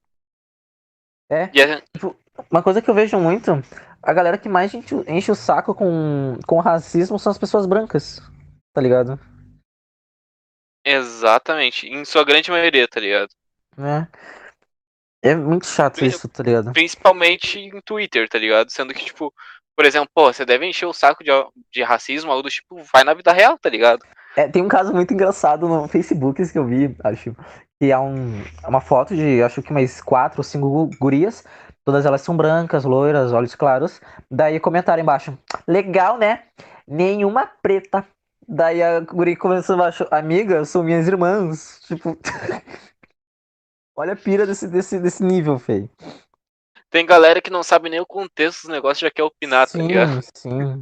é. E é, Tipo, uma coisa que eu vejo muito, a galera que mais enche, enche o saco com, com racismo são as pessoas brancas, tá ligado? exatamente. Em sua grande maioria, tá ligado? É, é muito chato Pri- isso, tá ligado? Principalmente em Twitter, tá ligado? Sendo que, tipo, por exemplo, pô, você deve encher o saco de, de racismo, algo do tipo, vai na vida real, tá ligado? É, tem um caso muito engraçado no Facebook que eu vi, acho, que é um, uma foto de, acho que umas quatro ou cinco gu- gurias, todas elas são brancas, loiras, olhos claros, daí comentaram embaixo, legal, né? Nenhuma preta. Daí a guria começou embaixo, amiga, são minhas irmãs, tipo, olha a pira desse, desse, desse nível, feio. Tem galera que não sabe nem o contexto dos negócios e já quer opinar, tá ligado? Sim, sim.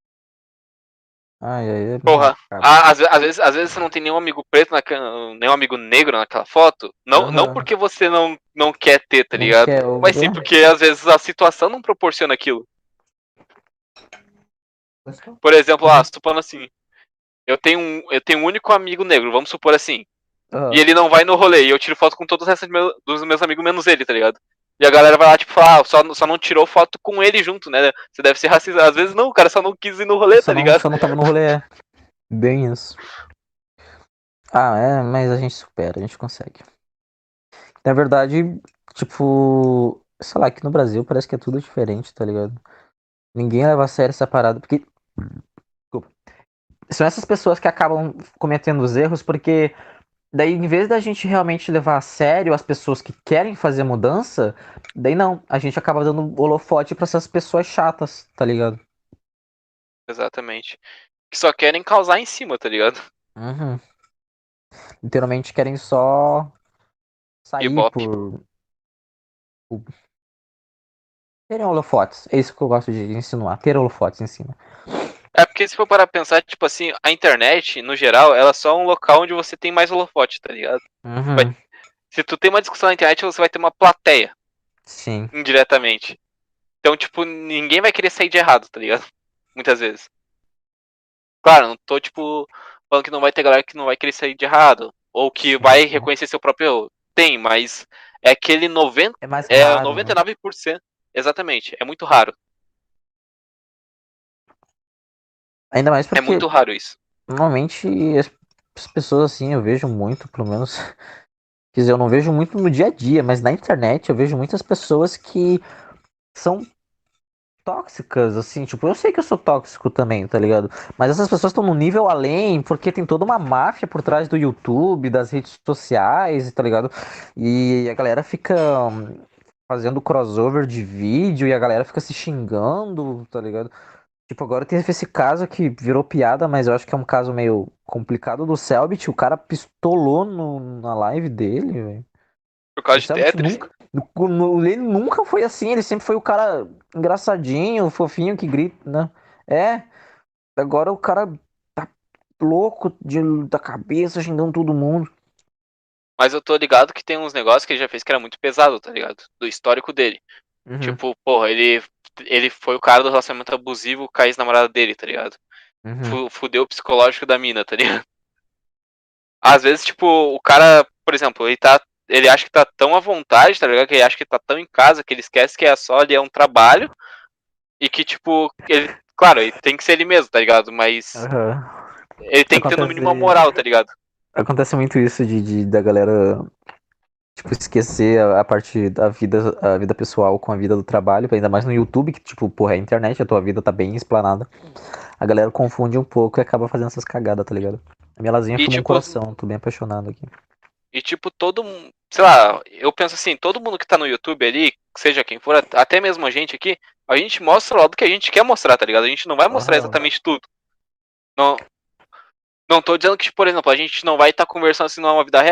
Ai, ai, é Porra, brabo. a- às, ve- às vezes, às vezes você não tem nenhum amigo preto, naquela, nenhum amigo negro naquela foto. Não, não Aham. porque você não, não quer ter, tá Não ligado? quer. o- Mas sim porque às vezes a situação não proporciona aquilo. Por exemplo, ah, Uhum. supondo assim, eu tenho um, eu tenho um único amigo negro, vamos supor assim. E Aham. ele não vai no rolê, e eu tiro foto com todos os restos meu- dos meus amigos, menos ele, tá ligado? E a galera vai lá, tipo, falar, ah, só, só não tirou foto com ele junto, né? Você deve ser racista. Às vezes não, o cara só não quis ir no rolê, Só tá não, ligado? só não tava no rolê. É. Bem isso. Ah, é, mas a gente supera, a gente consegue. Na verdade, tipo, sei lá, aqui no Brasil parece que é tudo diferente, tá ligado? Ninguém leva a sério essa parada, porque desculpa, são essas pessoas que acabam cometendo os erros, porque daí, em vez da gente realmente levar a sério as pessoas que querem fazer mudança, daí não, a gente acaba dando holofote pra essas pessoas chatas, tá ligado? Exatamente. Que só querem causar em cima, tá ligado? Uhum. Literalmente querem só sair Ibope. por, por terem holofotes. É isso que eu gosto de insinuar, ter holofotes em cima. É porque se for para pensar, tipo assim, a internet, no geral, ela é só um local onde você tem mais holofote, tá ligado? Vai- Uhum. se tu tem uma discussão na internet, você vai ter uma plateia, Sim. indiretamente. Então, tipo, ninguém vai querer sair de errado, tá ligado? Muitas vezes. Claro, não tô, tipo, falando que não vai ter galera que não vai querer sair de errado. Ou que Sim, vai sim. reconhecer seu próprio erro. Tem, mas é aquele noventa. É mais É raro, noventa né? e nove por cento. Exatamente. É muito raro. Ainda mais É porque muito raro isso. normalmente as as pessoas assim, eu vejo muito, pelo menos, quer dizer, eu não vejo muito no dia a dia, mas na internet eu vejo muitas pessoas que são tóxicas, assim, tipo, eu sei que eu sou tóxico também, tá ligado? Mas essas pessoas estão num nível além, porque tem toda uma máfia por trás do YouTube, das redes sociais, tá ligado? E a galera fica hum, fazendo crossover de vídeo e a galera fica se xingando, tá ligado? Tipo, agora teve esse caso que virou piada, mas eu acho que é um caso meio complicado do Selbit. O cara pistolou no- na live dele, velho. Por O causa de Selbit Tetris. nunca. no- no- Ele nunca foi assim, ele sempre foi o cara engraçadinho, fofinho que grita, né? É, agora o cara tá louco de, da cabeça, xingando todo mundo. Mas eu tô ligado que tem uns negócios que ele já fez que era muito pesado, tá ligado? Do histórico dele. Uhum, Tipo, porra, ele, ele foi o cara do relacionamento abusivo com a ex-namorada dele, tá ligado? uhum. Fu- Fudeu o psicológico da mina, tá ligado? Às vezes, tipo, o cara, por exemplo, ele tá. Ele acha que tá tão à vontade, tá ligado? Que ele acha que tá tão em casa que ele esquece que é só ali é um trabalho. E que, tipo, ele. Claro, ele tem que ser ele mesmo, tá ligado? Mas Aham. ele tem que ter no mínimo uma Acontece, moral, tá ligado? acontece muito isso de, de- da galera. Tipo, esquecer a, a parte da vida, a vida pessoal com a vida do trabalho, ainda mais no YouTube, que, tipo, porra, é a internet, a tua vida tá bem explanada. A galera confunde um pouco e acaba fazendo essas cagadas, tá ligado? A minha lasanha E fuma um tipo, coração, tô bem apaixonado aqui. e tipo, todo mundo. Sei lá, eu penso assim, todo mundo que tá no YouTube ali, seja quem for, até mesmo a gente aqui, a gente mostra o lado que a gente quer mostrar, tá ligado? A gente não vai mostrar Aham. exatamente tudo. Não, não tô dizendo que, por exemplo, a gente não vai estar tá conversando assim numa vida real.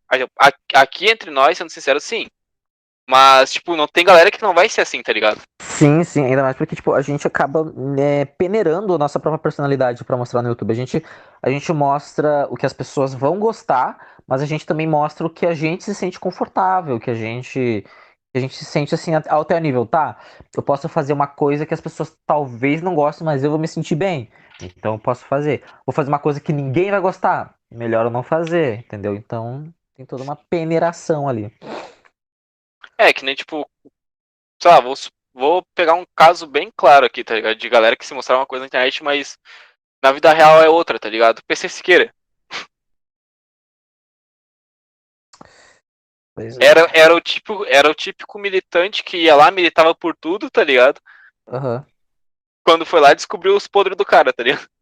Aqui entre nós, sendo sincero, sim. Mas, tipo, não tem galera que não vai ser assim, tá ligado? Sim, sim, ainda mais porque, tipo, a gente acaba né, peneirando a nossa própria personalidade pra mostrar no YouTube. A gente, a gente mostra o que as pessoas vão gostar, mas a gente também mostra o que a gente se sente confortável, que a gente, que a gente se sente assim ao teu nível, tá? Eu posso fazer uma coisa que as pessoas talvez não gostem, mas eu vou me sentir bem. Então eu posso fazer. Vou fazer uma coisa que ninguém vai gostar. Melhor eu não fazer, entendeu? Então tem toda uma peneiração ali. É, que nem, tipo, sei lá, vou, vou pegar um caso bem claro aqui, tá ligado? De galera que se mostrar uma coisa na internet, mas na vida real é outra, tá ligado? P C Siqueira. Pois é. Era, era, o tipo, era o típico militante que ia lá, militava por tudo, tá ligado? Aham. Quando foi lá, descobriu os podres do cara, tá ligado?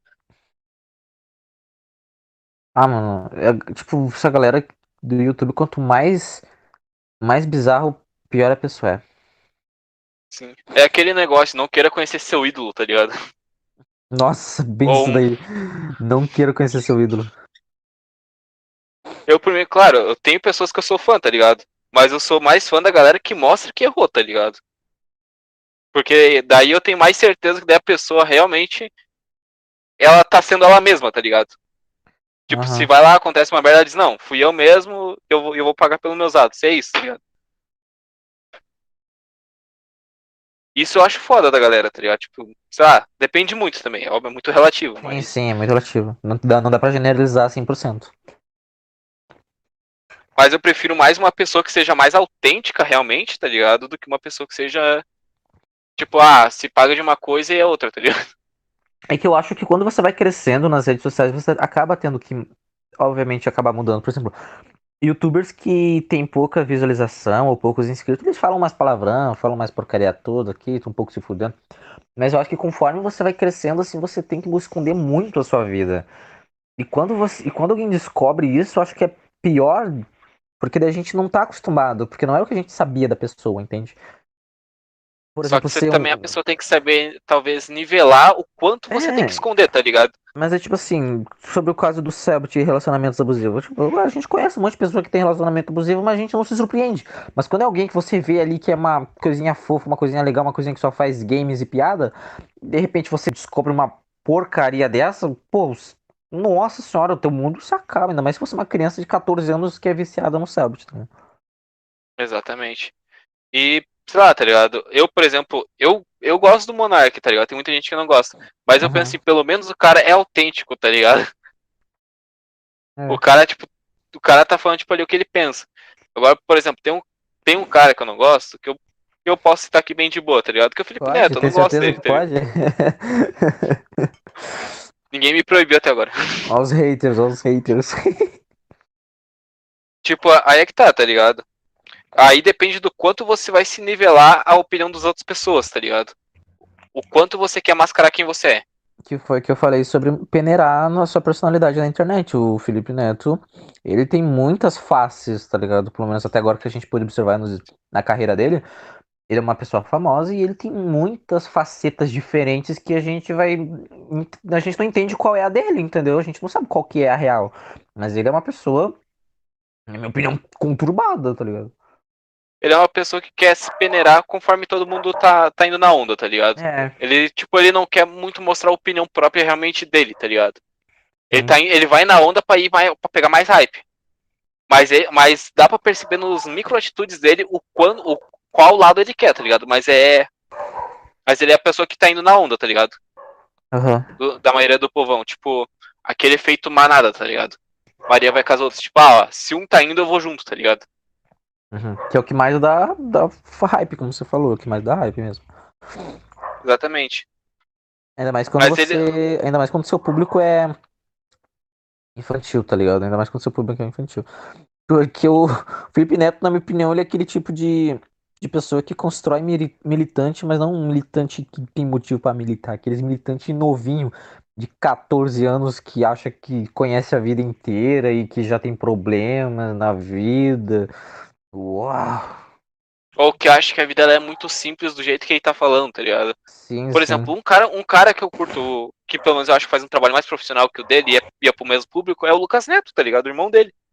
Ah, mano, é, tipo, essa galera do YouTube, quanto mais, mais bizarro, pior a pessoa é. Sim. É aquele negócio, não queira conhecer seu ídolo, tá ligado? Nossa, bem Ou isso um, daí. Não quero conhecer seu ídolo. eu, por mim, claro, eu tenho pessoas que eu sou fã, tá ligado? Mas eu sou mais fã da galera que mostra que errou, tá ligado? Porque daí eu tenho mais certeza que daí a pessoa realmente ela tá sendo ela mesma, tá ligado? Tipo, se Aham. vai lá, acontece uma merda, ela diz, não, fui eu mesmo, eu vou, eu vou pagar pelos meus atos. É isso, tá ligado? Isso eu acho foda da galera, tá ligado? Tipo, sei lá, depende muito também, é óbvio, é muito relativo, Sim, mas. sim, é muito relativo. Não dá, não dá pra generalizar cem por cento. Mas eu prefiro mais uma pessoa que seja mais autêntica realmente, tá ligado? Do que uma pessoa que seja, tipo, ah, se paga de uma coisa e é outra, tá ligado? É que eu acho que quando você vai crescendo nas redes sociais, você acaba tendo que, obviamente, acabar mudando. Por exemplo, YouTubers que tem pouca visualização ou poucos inscritos, eles falam mais palavrão, falam mais porcaria toda aqui, estão um pouco se fudendo. Mas eu acho que conforme você vai crescendo, assim, você tem que esconder muito a sua vida. E quando você, e quando alguém descobre isso, eu acho que é pior, porque daí a gente não tá acostumado, porque não é o que a gente sabia da pessoa, entende? Por Só exemplo, que você ser também a um. pessoa tem que saber, talvez, nivelar o quanto você tem que É, esconder, tá ligado? mas é tipo assim, sobre o caso do Selbit e relacionamentos abusivos. Tipo, a gente conhece um monte de pessoa que tem relacionamento abusivo, mas a gente não se surpreende. Mas quando é alguém que você vê ali que é uma coisinha fofa, uma coisinha legal, uma coisinha que só faz games e piada, de repente você descobre uma porcaria dessa, pô, nossa senhora, o teu mundo se acaba, ainda mais se fosse uma criança de catorze anos que é viciada no Selbit, tá? Exatamente. E, sei lá, tá ligado? Eu, por exemplo, eu, eu gosto do Monark, tá ligado? Tem muita gente que não gosta. Mas eu penso Aham. assim, pelo menos o cara é autêntico, tá ligado? O É. cara, tipo, o cara tá falando, tipo, ali o que ele pensa. Agora, por exemplo, tem um, tem um cara que eu não gosto, que eu, que eu posso citar aqui bem de boa, tá ligado? Que é o Felipe Pode, Neto, eu tem não gosto certeza dele, que tá ligado? pode? Ninguém me proibiu até agora. Olha os haters, olha os haters. Tipo, aí é que tá, tá ligado? Aí depende do quanto você vai se nivelar a opinião das outras pessoas, tá ligado? O quanto você quer mascarar quem você é. Que foi que eu falei sobre peneirar na sua personalidade na internet. O Felipe Neto, ele tem muitas faces, tá ligado? Pelo menos até agora que a gente pôde observar nos- na carreira dele. Ele é uma pessoa famosa e ele tem muitas facetas diferentes que a gente vai. A gente não entende qual é a dele, entendeu? A gente não sabe qual que é a real. Mas ele é uma pessoa, na minha opinião, conturbada, tá ligado? Ele é uma pessoa que quer se peneirar conforme todo mundo tá, tá indo na onda, tá ligado? É, Ele, tipo, ele não quer muito mostrar a opinião própria realmente dele, tá ligado? Ele, sim. tá, ele vai na onda pra ir mais, pra pegar mais hype. Mas, ele, mas dá pra perceber nos microatitudes dele o, quando, o qual lado ele quer, tá ligado? Mas é. Mas ele é a pessoa que tá indo na onda, tá ligado? Aham. Do, da maioria do povão. Tipo, aquele efeito manada, tá ligado? Maria vai com as outras. Tipo, ah, ó, se um tá indo, eu vou junto, tá ligado? Uhum. Que é o que mais dá, dá hype, como você falou, o que mais dá hype mesmo. Exatamente. Ainda mais quando Mas ele. você. Ainda mais quando seu público é infantil, tá ligado? Ainda mais quando seu público é infantil. Porque o Felipe Neto, na minha opinião, ele é aquele tipo de, de pessoa que constrói mili- militante, mas não um militante que tem motivo pra militar. Aqueles militante novinho, de catorze anos, que acha que conhece a vida inteira e que já tem problemas na vida. Uau! Ou que acha que a vida é muito simples do jeito que ele tá falando, tá ligado? Sim, Por sim. exemplo, um cara, um cara que eu curto, que pelo menos eu acho que faz um trabalho mais profissional que o dele e é, e é pro mesmo público, é o Lucas Neto, tá ligado? O irmão dele.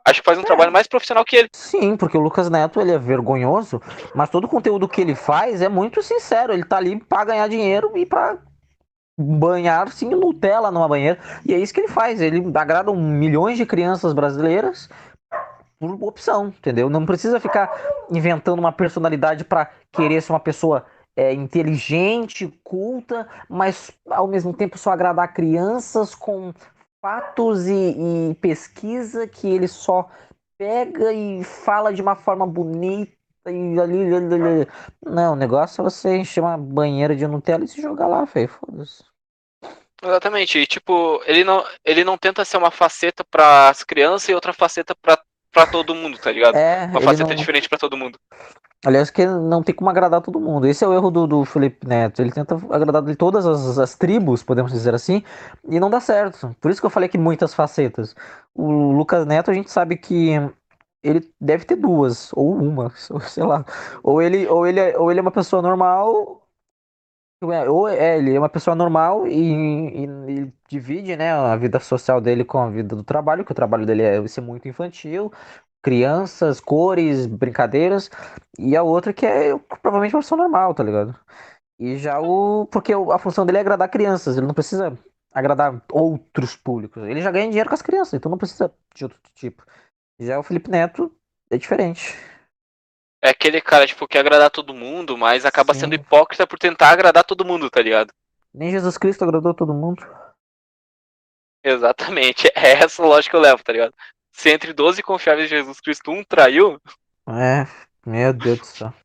Acho que faz um trabalho mais profissional que ele. Sim, porque o Lucas Neto, ele é vergonhoso, mas todo o conteúdo que ele faz é muito sincero. Ele tá ali pra ganhar dinheiro e pra banhar, sim, Nutella numa banheira. E é isso que ele faz. Ele agrada um milhões de crianças brasileiras por opção, entendeu? Não precisa ficar inventando uma personalidade pra querer ser uma pessoa é, inteligente, culta, mas ao mesmo tempo só agradar crianças com fatos e, e pesquisa que ele só pega e fala de uma forma bonita e ali. Não, o negócio é você encher uma banheira de Nutella e se jogar lá, feio. Foda-se. Exatamente. E, tipo, ele não, ele não tenta ser uma faceta para as crianças e outra faceta pra, pra todo mundo, tá ligado? É, Uma ele faceta não. diferente pra todo mundo. Aliás, que não tem como agradar todo mundo. Esse é o erro do, do Felipe Neto. Ele tenta agradar de todas as, as tribos, podemos dizer assim, e não dá certo. Por isso que eu falei que muitas facetas. O Lucas Neto, a gente sabe que ele deve ter duas, ou uma, ou sei lá. Ou ele, ou ele, é- ou ele é uma pessoa normal, ou é, ele é uma pessoa normal e, e- e divide, né, a vida social dele com a vida do trabalho, que o trabalho dele é ser muito infantil, crianças, cores, brincadeiras, e a outra que é provavelmente uma pessoa normal, tá ligado? E já o. Porque o- a função dele é agradar crianças, ele não precisa agradar outros públicos. Ele já ganha dinheiro com as crianças, então não precisa de outro tipo. Já o Felipe Neto é diferente. É aquele cara, tipo, que agradar todo mundo, mas acaba sendo Sim. hipócrita por tentar agradar todo mundo, tá ligado? Nem Jesus Cristo agradou todo mundo. Exatamente. É essa lógica que eu levo, tá ligado? Se entre doze confiáveis de Jesus Cristo um traiu, É, meu Deus do céu.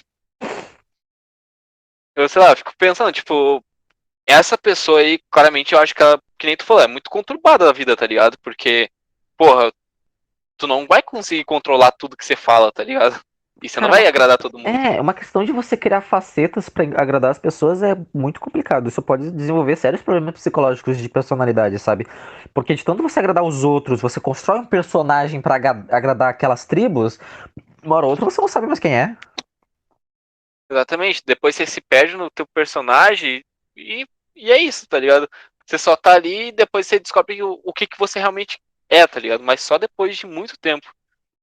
eu sei lá, eu fico pensando, tipo, essa pessoa aí, claramente, eu acho que ela, que nem tu falou, é muito conturbada da vida, tá ligado? Porque, porra, tu não vai conseguir controlar tudo que você fala, tá ligado? E você não Cara, vai uma, agradar todo mundo. é, uma questão de você criar facetas pra agradar as pessoas é muito complicado. Isso pode desenvolver sérios problemas psicológicos de personalidade, sabe? Porque de tanto você agradar os outros, você constrói um personagem pra aga- agradar aquelas tribos, uma hora ou outra você não sabe mais quem é. Exatamente. Depois você se perde no teu personagem e, e é isso, tá ligado? Você só tá ali e depois você descobre o, o que, que você realmente é, tá ligado? Mas só depois de muito tempo.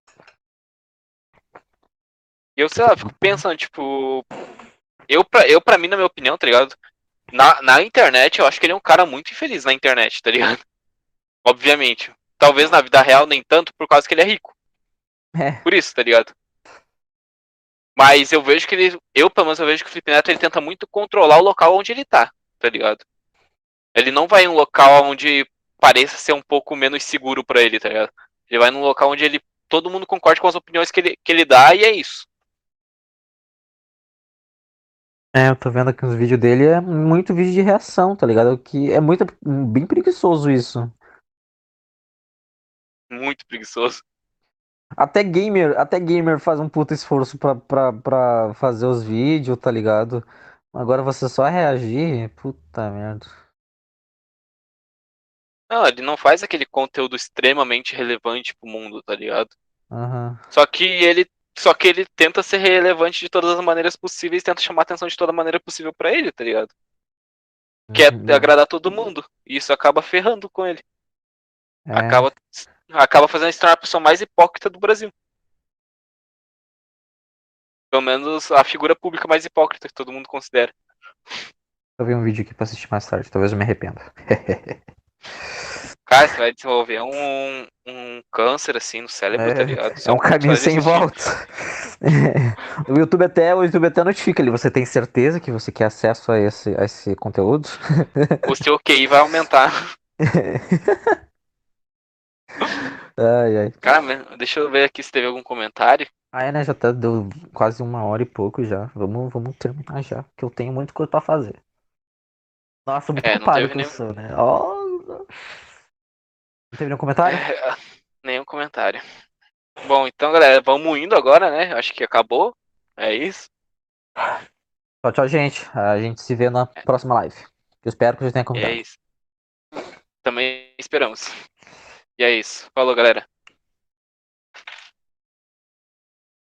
E eu, sei lá, fico pensando, tipo, eu pra, eu, pra mim, na minha opinião, tá ligado? Na, na internet, eu acho que ele é um cara muito infeliz na internet, tá ligado? Obviamente. Talvez na vida real nem tanto, por causa que ele é rico. É, Por isso, tá ligado? Mas eu vejo que ele. Eu, pelo menos, eu vejo que o Felipe Neto ele tenta muito controlar o local onde ele tá, tá ligado? Ele não vai em um local onde pareça ser um pouco menos seguro pra ele, tá ligado? Ele vai num local onde ele. Todo mundo concorda com as opiniões que ele, que ele dá e é isso. é, eu tô vendo aqui uns vídeos dele, é muito vídeo de reação, tá ligado? Que é muito, bem preguiçoso isso. Muito preguiçoso. Até gamer, até gamer faz um puta esforço pra, pra, pra fazer os vídeos, tá ligado? Agora você só reagir, puta merda. Não, ele não faz aquele conteúdo extremamente relevante pro mundo, tá ligado? Aham. Só que ele. Só que ele tenta ser relevante de todas as maneiras possíveis, tenta chamar atenção de toda maneira possível pra ele, tá ligado? Quer Uhum. agradar todo mundo. E isso acaba ferrando com ele. É, Acaba, acaba fazendo ele se tornar a pessoa mais hipócrita do Brasil. Pelo menos a figura pública mais hipócrita que todo mundo considera. eu vi um vídeo aqui pra assistir mais tarde, talvez eu me arrependa. Cara, você vai desenvolver um, um câncer assim no cérebro, tá ligado? É, é Só, um caminho só de sem assistir. volta. É. O YouTube até, o YouTube até notifica ali, você tem certeza que você quer acesso a esse, a esse conteúdo? O seu Q I vai aumentar. Ai, ai. Cara, deixa eu ver aqui se teve algum comentário. Ah, é, né? Já tá, deu quase uma hora e pouco já. Vamos, vamos terminar já, que eu tenho muita coisa pra fazer. Nossa, muito É, não culpado teve que eu nenhum, sou, né? Ó, não teve nenhum comentário? é, nenhum comentário. Bom, então, galera, vamos indo agora, né? Acho que acabou. É isso. Tchau, tchau, gente. A gente se vê na próxima live. Eu espero que vocês tenham É convidado. isso. Também esperamos. E é isso. Falou, galera.